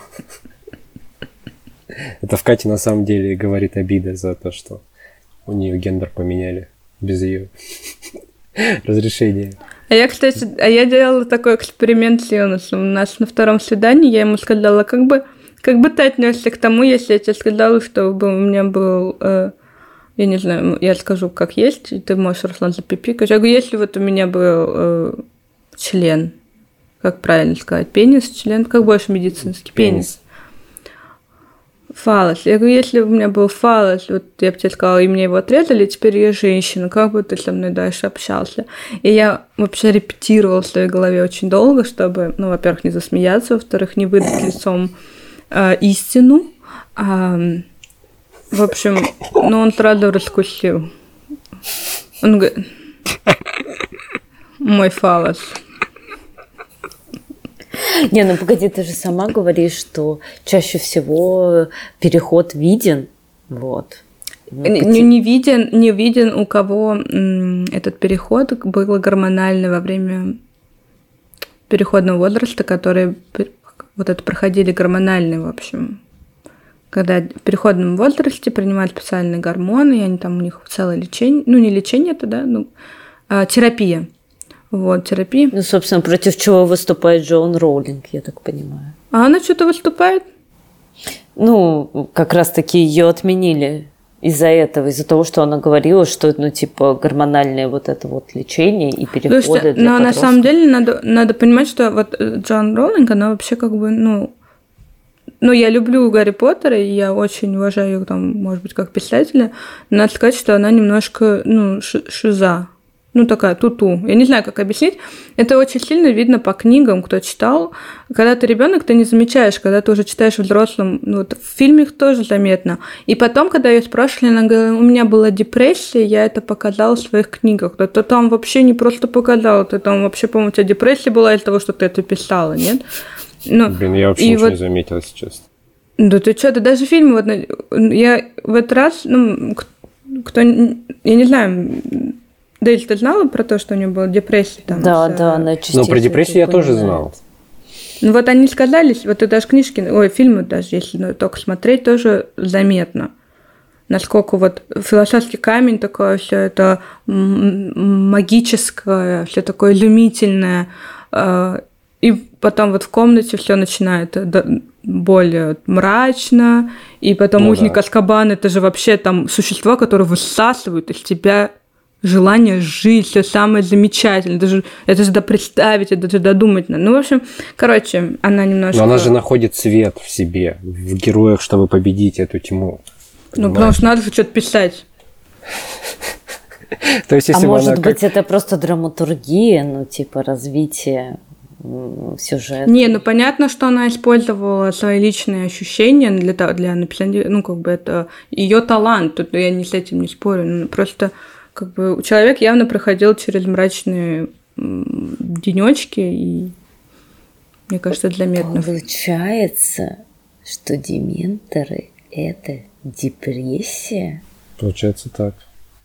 Это в Кате на самом деле говорит обида за то, что у нее гендер поменяли без ее разрешения. А я, кстати, а я делала такой эксперимент с Йонасом. У нас на втором свидании я ему сказала, как бы, как бы ты отнесся к тому, если я тебе сказала, что у меня был... Э, я не знаю, я скажу, как есть, и ты можешь, Руслан, запипикать. Я говорю, если вот у меня был э, член, как правильно сказать, пенис, член, как больше медицинский, пенис. пенис. Фалос. Я говорю, если бы у меня был фалос, вот я бы тебе сказала, и мне его отрезали, теперь я женщина, как бы ты со мной дальше общался? И я вообще репетировала в своей голове очень долго, чтобы, ну, во-первых, не засмеяться, во-вторых, не выдать лицом э, истину. А, в общем, ну, он сразу раскусил. Он говорит, мой фалос. Не, ну погоди, ты же сама говоришь, что чаще всего переход виден, вот. Ну, не, не, виден, не виден, у кого м, этот переход был гормональный во время переходного возраста, которые вот это проходили гормональный, в общем. Когда в переходном возрасте принимают специальные гормоны, и они там у них целое лечение, ну не лечение это, да, ну, а, терапия. Вот, терапия. Ну, собственно, против чего выступает Джоан Роулинг, я так понимаю. А она что-то выступает? Ну, как раз-таки ее отменили из-за этого, из-за того, что она говорила, что, ну, типа, гормональное вот это вот лечение и переходы Слушайте, для но подростков. на самом деле надо, надо понимать, что вот Джоан Роулинг, она вообще как бы, ну... Ну, я люблю Гарри Поттера, и я очень уважаю ее, там, может быть, как писателя. Но надо сказать, что она немножко, ну, шиза. Ну, такая туту. Я не знаю, как объяснить. Это очень сильно видно по книгам, кто читал. Когда ты ребенок, ты не замечаешь, когда ты уже читаешь взрослым. Ну, вот в фильме их тоже заметно. И потом, когда ее спрашивали, она говорила, у меня была депрессия, я это показала в своих книгах. Да ты там вообще не просто показала, ты там вообще, по-моему, у тебя депрессия была из-за того, что ты это писала, нет? Ну, Блин, я вообще ничего вот... не заметила сейчас. Да ты что, ты даже фильмы... Вот, я в этот раз, ну, кто... Я не знаю... Дейзи, ты знала про то, что у нее была депрессия? Там, да, с... да, она частично. Ну, про депрессию я тоже знал. Ну, вот они сказали, вот и даже книжки, ой, фильмы даже, если только смотреть, тоже заметно. Насколько вот философский камень такое, все это магическое, все такое изумительное. И потом вот в комнате все начинает более мрачно. И потом ну, узник да. Азкабан, это же вообще там существа, которые высасывают из тебя желание жить, все самое замечательное. Даже, это же да представить, это же додумать надо. Ну, в общем, короче, она немножко... Но она же находит свет в себе, в героях, чтобы победить эту тьму. Ну, потому что надо же что-то писать. То есть, А если бы может она быть, как... это просто драматургия, ну, типа, развитие м, сюжета. Не, ну понятно, что она использовала свои личные ощущения для, того- для написания, ну, как бы это ее талант, тут я не с этим не спорю, ну, просто как бы человек явно проходил через мрачные м, денечки, и мне кажется, для метнов. Получается, что дементоры – это депрессия? Получается так.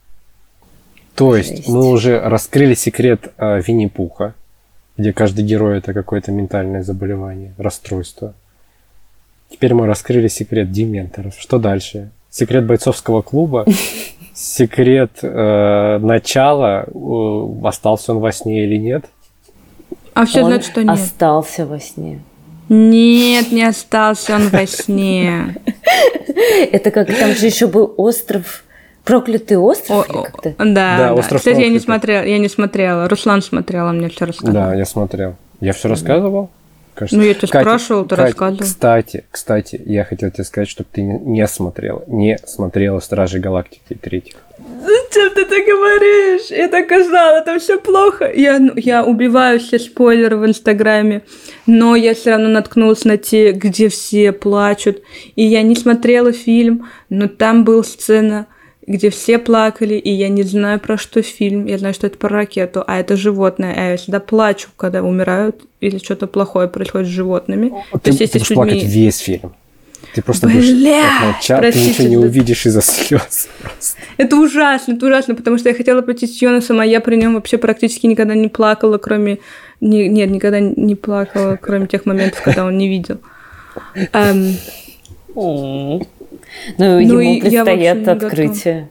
То есть Жесть. мы уже раскрыли секрет э, Винни-Пуха, где каждый герой это какое-то ментальное заболевание, расстройство. Теперь мы раскрыли секрет дементоров. Что дальше? Секрет бойцовского клуба, секрет э, начала, э, остался он во сне или нет. А все Он значит, что нет. остался во сне. Нет, не остался он во сне. Это как там же еще был остров, проклятый остров О, или о, как-то? Да, Да, да. «Остров Кстати, я не проклятых». смотрела, я не смотрела. Руслан смотрела, мне все рассказывал. Да, я смотрел. Я все рассказывал? Кажется. Ну, я тебя Катя, спрашивал, ты Катя, рассказывал. Кстати, кстати, я хотел тебе сказать, чтобы ты не- не смотрела, не смотрела «Стражи Галактики» третьих. Зачем ты так говоришь? Я так и знала, там все плохо. Я, ну, я убиваю все спойлеры в Инстаграме, но я все равно наткнулась на те, где все плачут. И я не смотрела фильм, но там была сцена, где все плакали, и я не знаю, про что фильм. Я знаю, что это про ракету, а это животное. А я всегда плачу, когда умирают или что-то плохое происходит с животными. То Ты, есть, ты если будешь с людьми... плакать весь фильм. Ты просто Бля, будешь отмолчать, ты простите, ничего не да. увидишь из-за слез. Это ужасно, это ужасно, потому что я хотела пойти с Йонасом, а я при нем вообще практически никогда не плакала, кроме... Не, нет, никогда не плакала, кроме тех моментов, когда он не видел. Эм, М. Ну Ну, ему и я, в общем, предстоят не открытия.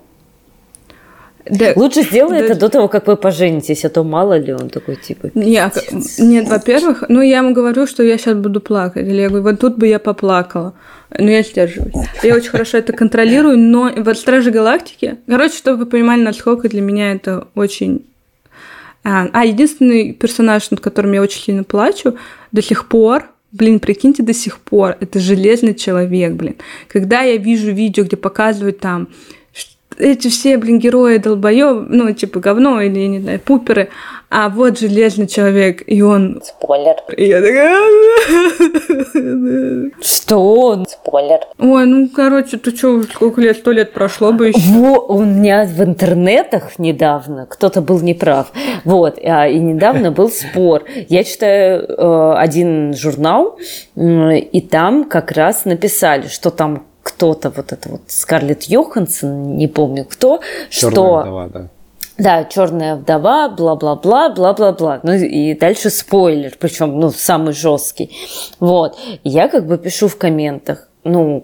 да, Лучше сделай да. это до того, как вы поженитесь, а то мало ли он такой, типа... Не, нет, во-первых, ну я ему говорю, что я сейчас буду плакать. Или я говорю, вот тут бы я поплакала. Но я сдерживаюсь. Я очень хорошо это контролирую, но в «Страже Галактики... Короче, чтобы вы понимали, насколько для меня это очень... А, а, единственный персонаж, над которым я очень сильно плачу, до сих пор, блин, прикиньте, до сих пор, это Железный человек, блин. Когда я вижу видео, где показывают там эти все, блин, герои долбоёб, ну, типа говно или, я не знаю, пуперы, а вот Железный человек, и он... Спойлер. И я такая... Что он? Спойлер. Ой, ну, короче, ты чё, сколько лет, сто лет прошло бы еще. Во, у меня в интернетах недавно кто-то был неправ. Вот, а, и недавно был спор. Я читаю э, один журнал, э, и там как раз написали, что там кто-то, вот это вот Скарлетт Йоханссон, не помню кто, Чёрная что... вдова, да. Да, черная вдова, бла-бла-бла, бла-бла-бла. Ну и дальше спойлер, причем, ну, самый жесткий. Вот. И я как бы пишу в комментах, ну,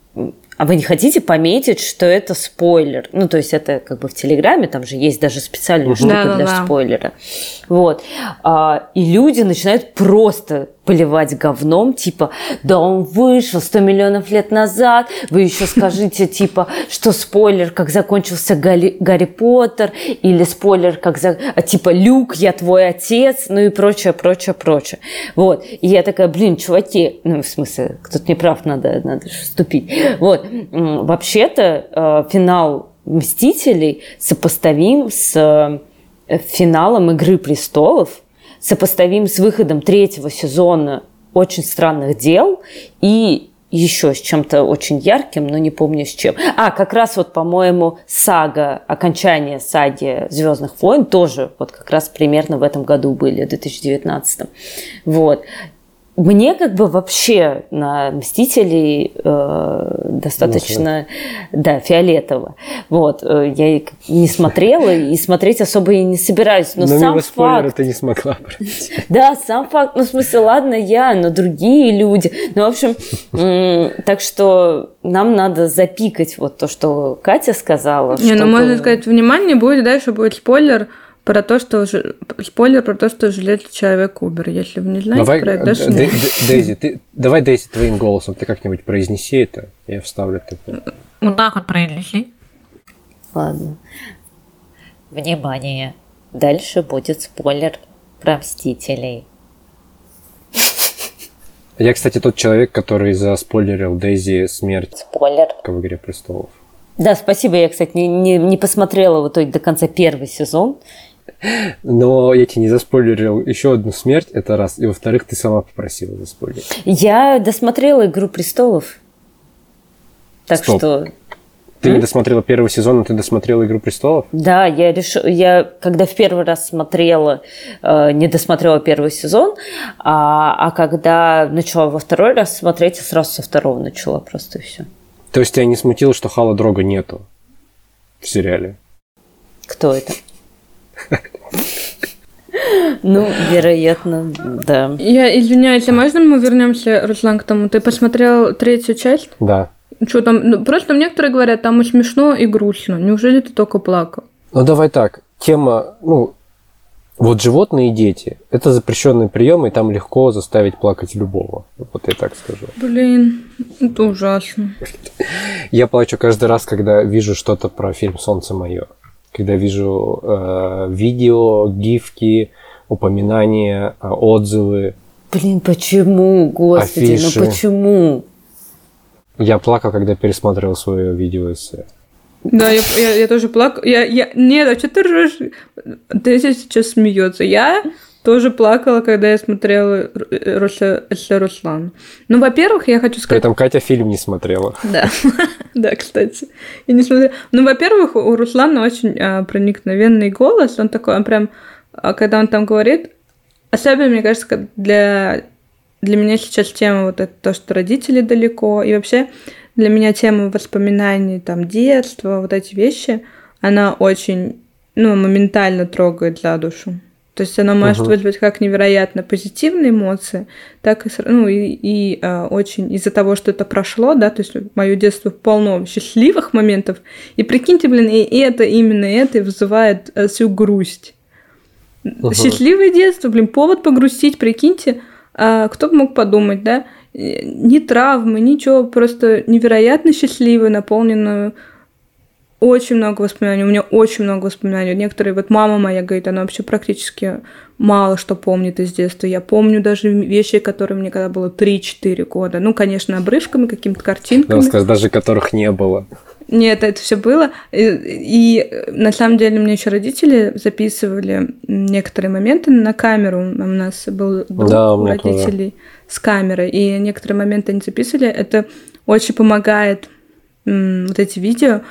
а вы не хотите пометить, что это спойлер? Ну, то есть это как бы в Телеграме, там же есть даже специальная штука Да-да-да. для спойлера. Вот. А, и люди начинают просто поливать говном, типа, да он вышел сто миллионов лет назад, вы еще скажите, типа, что спойлер, как закончился Гарри, Гарри Поттер, или спойлер, как, за... а, типа, Люк, я твой отец, ну и прочее, прочее, прочее. Вот. И я такая, блин, чуваки, ну, в смысле, кто-то не прав, надо, надо вступить. Вот. М, Вообще-то э, финал «Мстителей» сопоставим с э, финалом «Игры престолов», сопоставим с выходом третьего сезона «Очень странных дел» и еще с чем-то очень ярким, но не помню с чем. А, как раз вот, по-моему, сага, окончание саги «Звездных войн» тоже вот как раз примерно в этом году были, в две тысячи девятнадцатом. Вот. Мне как бы вообще на «Мстителей» э, достаточно, да, фиолетово. Вот. э, Я и не смотрела и смотреть особо и не собираюсь. Но, Но сам мимо спойлера факт... ты не смогла пройти. Да, сам факт, ну, в смысле, ладно, я, но другие люди. Ну, в общем, м, так что нам надо запикать вот то, что Катя сказала. Не, ну чтобы- можно сказать, внимание, будет, дальше будет спойлер про то, что... ж- Спойлер про то, что Железный человек умер. Если вы не знаете Давай, про это, Д- дальше Д- нет. Д- Дейзи, ты, давай, Дейзи, твоим голосом ты как-нибудь произнеси это, я вставлю это. Вот так вот произнесли. Ладно. Внимание. Дальше будет спойлер про «Мстителей». Я, кстати, тот человек, который заспойлерил Дейзи смерть Спойлер. в «Игре престолов». Да, спасибо. Я, кстати, не, не, не посмотрела в итоге до конца первый сезон. Но я тебе не заспойлерил еще одну смерть, это раз. И во-вторых, ты сама попросила заспойлерить. Я досмотрела «Игру престолов». Так Стоп. что... Ты М? не досмотрела первый сезон, но ты досмотрела «Игру престолов»? Да, я решила... Я, когда в первый раз смотрела, э, не досмотрела первый сезон, а, а когда начала во второй раз смотреть, я сразу со второго начала просто и все. То есть тебя не смутило, что Хала Дрога нету в сериале? Кто это? Ну, вероятно, да. Я извиняюсь, а можно мы вернемся, Руслан, к тому? Ты посмотрел третью часть? Да. Что там? Ну, просто некоторые говорят, там и смешно, и грустно. Неужели ты только плакал? Ну, давай так. Тема, ну, вот животные и дети – это запрещенный прием, и там легко заставить плакать любого. Вот я так скажу. Блин, это ужасно. Я плачу каждый раз, когда вижу что-то про фильм «Солнце мое». Когда вижу э, видео, гифки, упоминания, э, отзывы. Блин, почему, господи, афиши. ну почему? Я плакал, когда пересматривал свое видео-эссе. Да, я, я, я тоже плакала. Я, я... Нет, а что ты ржешь? Ты сейчас смеется. Я тоже плакала, когда я смотрела эссе Руслана. Ну, во-первых, я хочу При сказать... этом Катя фильм не смотрела. Да, да, кстати. Я не смотрела. Ну, во-первых, у Руслана очень а, проникновенный голос. Он такой, он прям, а, когда он там говорит, особенно, мне кажется, для, для меня сейчас тема вот это то, что родители далеко, и вообще для меня тема воспоминаний, там, детства, вот эти вещи, она очень, ну, моментально трогает за душу. То есть она может uh-huh. вызвать как невероятно позитивные эмоции, так и, ну, и, и а, очень из-за того, что это прошло, да, то есть мое детство полно счастливых моментов, и прикиньте, блин, и это, именно это и вызывает а, всю грусть. Uh-huh. Счастливое детство, блин, повод погрустить, прикиньте, а, кто бы мог подумать, да, ни травмы, ничего, просто невероятно счастливое, наполненное. Очень много воспоминаний, у меня очень много воспоминаний. Некоторые, вот мама моя говорит, она вообще практически мало что помнит из детства. Я помню даже вещи, которые мне когда было три-четыре года. Ну, конечно, обрывками, какими-то картинками. Надо сказать, даже которых не было. Нет, это все было. И, и на самом деле мне еще родители записывали некоторые моменты на камеру. У нас был друг да, у родителей тоже. С камерой. И некоторые моменты они записывали. Это очень помогает м, вот эти видео,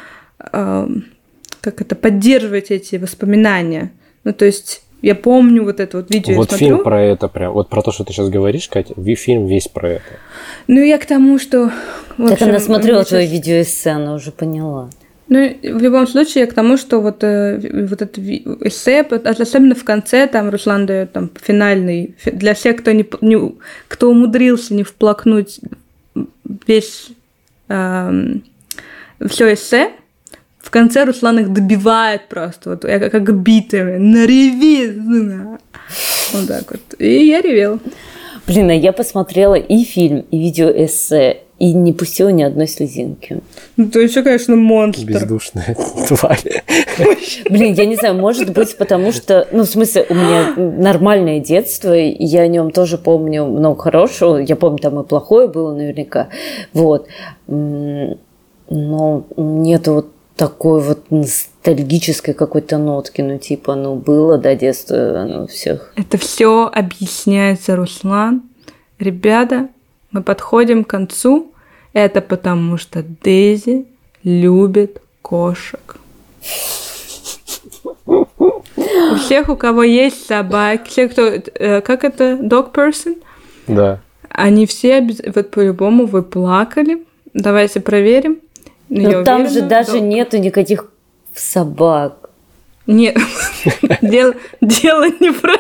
как это, поддерживать эти воспоминания. Ну, то есть, я помню вот это вот видео, вот я фильм смотрю. про это прям, вот про то, что ты сейчас говоришь, Катя, фильм весь про это. Ну, я к тому, что... Так общем, она смотрела сейчас... твое видеоэссе, она уже поняла. Ну, в любом случае, я к тому, что вот, вот это эссе, особенно в конце, там Руслан дает там финальный, для всех, кто, не, не, кто умудрился не вплакнуть весь эм, все эссе, в конце Руслан их добивает просто, вот я как битыми, нареви, вот так вот. И я ревела. Блин, а я посмотрела и фильм, и видеоэссе, и не пустила ни одной слезинки. Ну, ты еще, конечно, монстр. Бездушная тварь. Блин, я не знаю, может быть, потому что, ну, в смысле, у меня нормальное детство, и я о нем тоже помню много хорошего. Я помню, там и плохое было наверняка. Вот. Но нету вот такой вот ностальгической какой-то нотки, ну, типа, ну, было, да, детство, оно у всех. Это все объясняется, Руслан. Ребята, мы подходим к концу. Это потому, что Дейзи любит кошек. У всех, у кого есть собаки, все, кто, как это, dog person? Да. Они все, вот по-любому вы плакали. Давайте проверим. Но там уверена, же даже да. нету никаких собак. Нет, дело, дело не про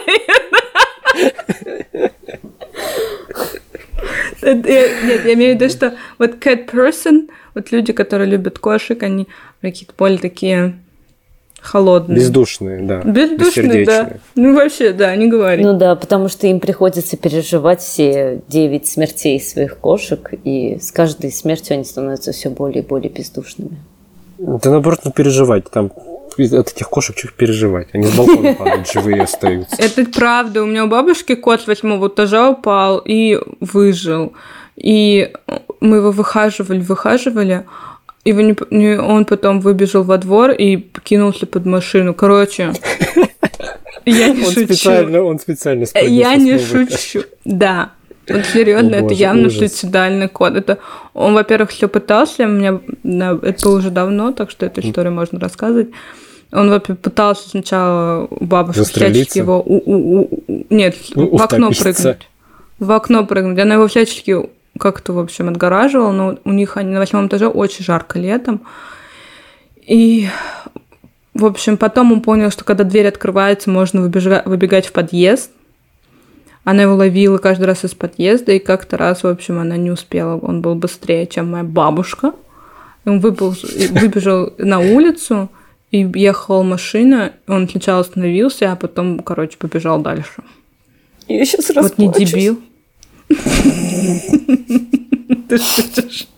это. Нет, я имею в виду, что вот cat person, вот люди, которые любят кошек, они какие-то более такие холодные. Бездушные, да. Бездушные, да. Ну, вообще, да, не говори. Ну да, потому что им приходится переживать все девять смертей своих кошек, и с каждой смертью они становятся все более и более бездушными. Да наоборот, не переживать. Там от этих кошек что переживать? Они с балкона падают, живые остаются. Это правда. У меня у бабушки кот с восьмого этажа упал и выжил. И мы его выхаживали, выхаживали. И вы не, не, он потом выбежал во двор и кинулся под машину. Короче, я не он шучу. Специально, он специально Я не шучу. Да. Вот серьезно, О, это боже, явно ужас. Суицидальный код. Это он, во-первых, все пытался. У меня это было уже давно, так что эту историю можно рассказывать. Он, во-первых, пытался сначала у бабушки всячески его... У, у, у, нет, у, в окно прыгнуть. В окно прыгнуть. Она его всячески как-то, в общем, отгораживала, но у них они на восьмом этаже очень жарко летом. И, в общем, потом он понял, что когда дверь открывается, можно выбежать, выбегать в подъезд. Она его ловила каждый раз из подъезда, и как-то раз, в общем, она не успела. Он был быстрее, чем моя бабушка. И он выбежал, выбежал на улицу, и ехала машина, он сначала остановился, а потом, короче, побежал дальше. Я сейчас расплачусь. Вот не дебил. Ты шутишь?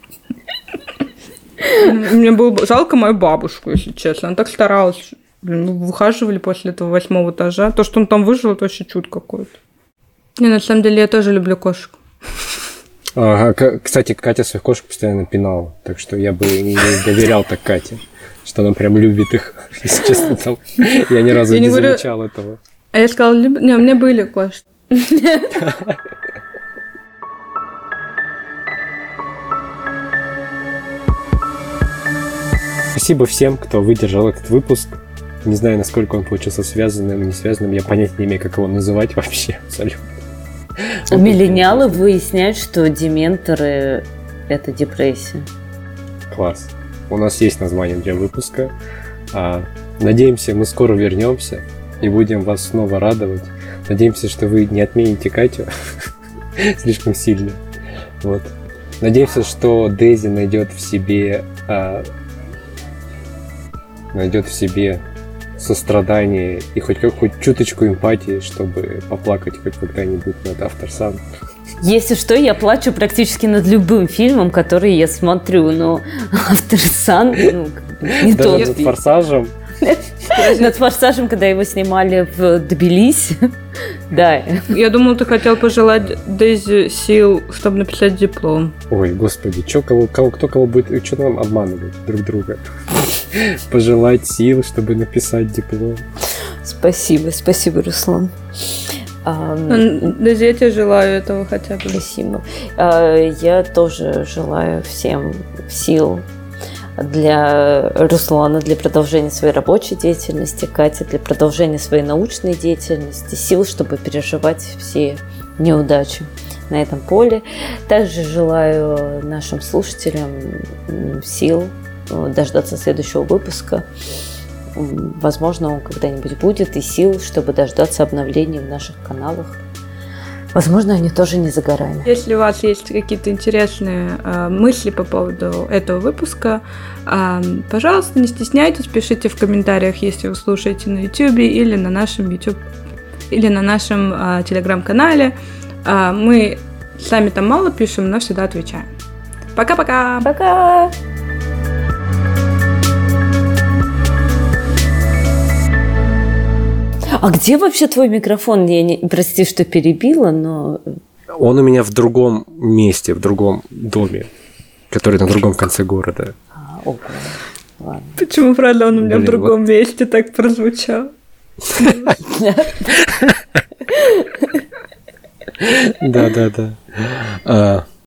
Мне было жалко мою бабушку, если честно. Она так старалась. Блин, мы выхаживали после этого восьмого этажа. То, что он там выжил, это вообще чудо какое-то. Не, на самом деле, я тоже люблю кошек. Ага, кстати, Катя своих кошек постоянно пинала, так что я бы не доверял так Кате, что она прям любит их, если честно. Там. Я ни разу я не, не замечал говорю... этого. А я сказала, люб... не, у меня были кошки. Спасибо всем, кто выдержал этот выпуск. Не знаю, насколько он получился связанным, не связанным. Я понятия не имею, как его называть вообще абсолютно. Миллениалы выясняют, что дементоры – это депрессия. Класс. У нас есть название для выпуска. Надеемся, мы скоро вернемся и будем вас снова радовать. Надеемся, что вы не отмените Катю слишком сильно. Вот. Надеемся, что Дейзи найдет в себе а, найдет в себе сострадание и хоть, хоть чуточку эмпатии, чтобы поплакать хоть когда-нибудь над After Sun. Если что, я плачу практически над любым фильмом, который я смотрю, но After Sun, ну, не даже тот. Над «Форсажем»? Над «Форсажем», когда его снимали в Тбилиси. Да. Я думал, ты хотел пожелать Дейзи сил, чтобы написать диплом. Ой, господи, чё, кого, кого, кто кого будет, что нам обманывать друг друга? Пожелать сил, чтобы написать диплом. Спасибо, спасибо, Руслан. Дейзи, я тебе желаю этого хотя бы. Спасибо. Я тоже желаю всем сил для Руслана, для продолжения своей рабочей деятельности, Кати для продолжения своей научной деятельности, сил, чтобы переживать все неудачи на этом поле. Также желаю нашим слушателям сил дождаться следующего выпуска. Возможно, он когда-нибудь будет, и сил, чтобы дождаться обновлений в наших каналах. Возможно, они тоже не за горами. Если у вас есть какие-то интересные э, мысли по поводу этого выпуска, э, пожалуйста, не стесняйтесь, пишите в комментариях, если вы слушаете на YouTube или на нашем YouTube или на нашем э, телеграм-канале. Э, мы сами там мало пишем, но всегда отвечаем. Пока-пока! Пока! А где вообще твой микрофон? Я не... Прости, что перебила, но... Он у меня в другом месте, в другом доме, который на другом конце города. А, ого. Ладно. Почему, правда, он у меня Блин, в другом вот... месте так прозвучал? Да-да-да.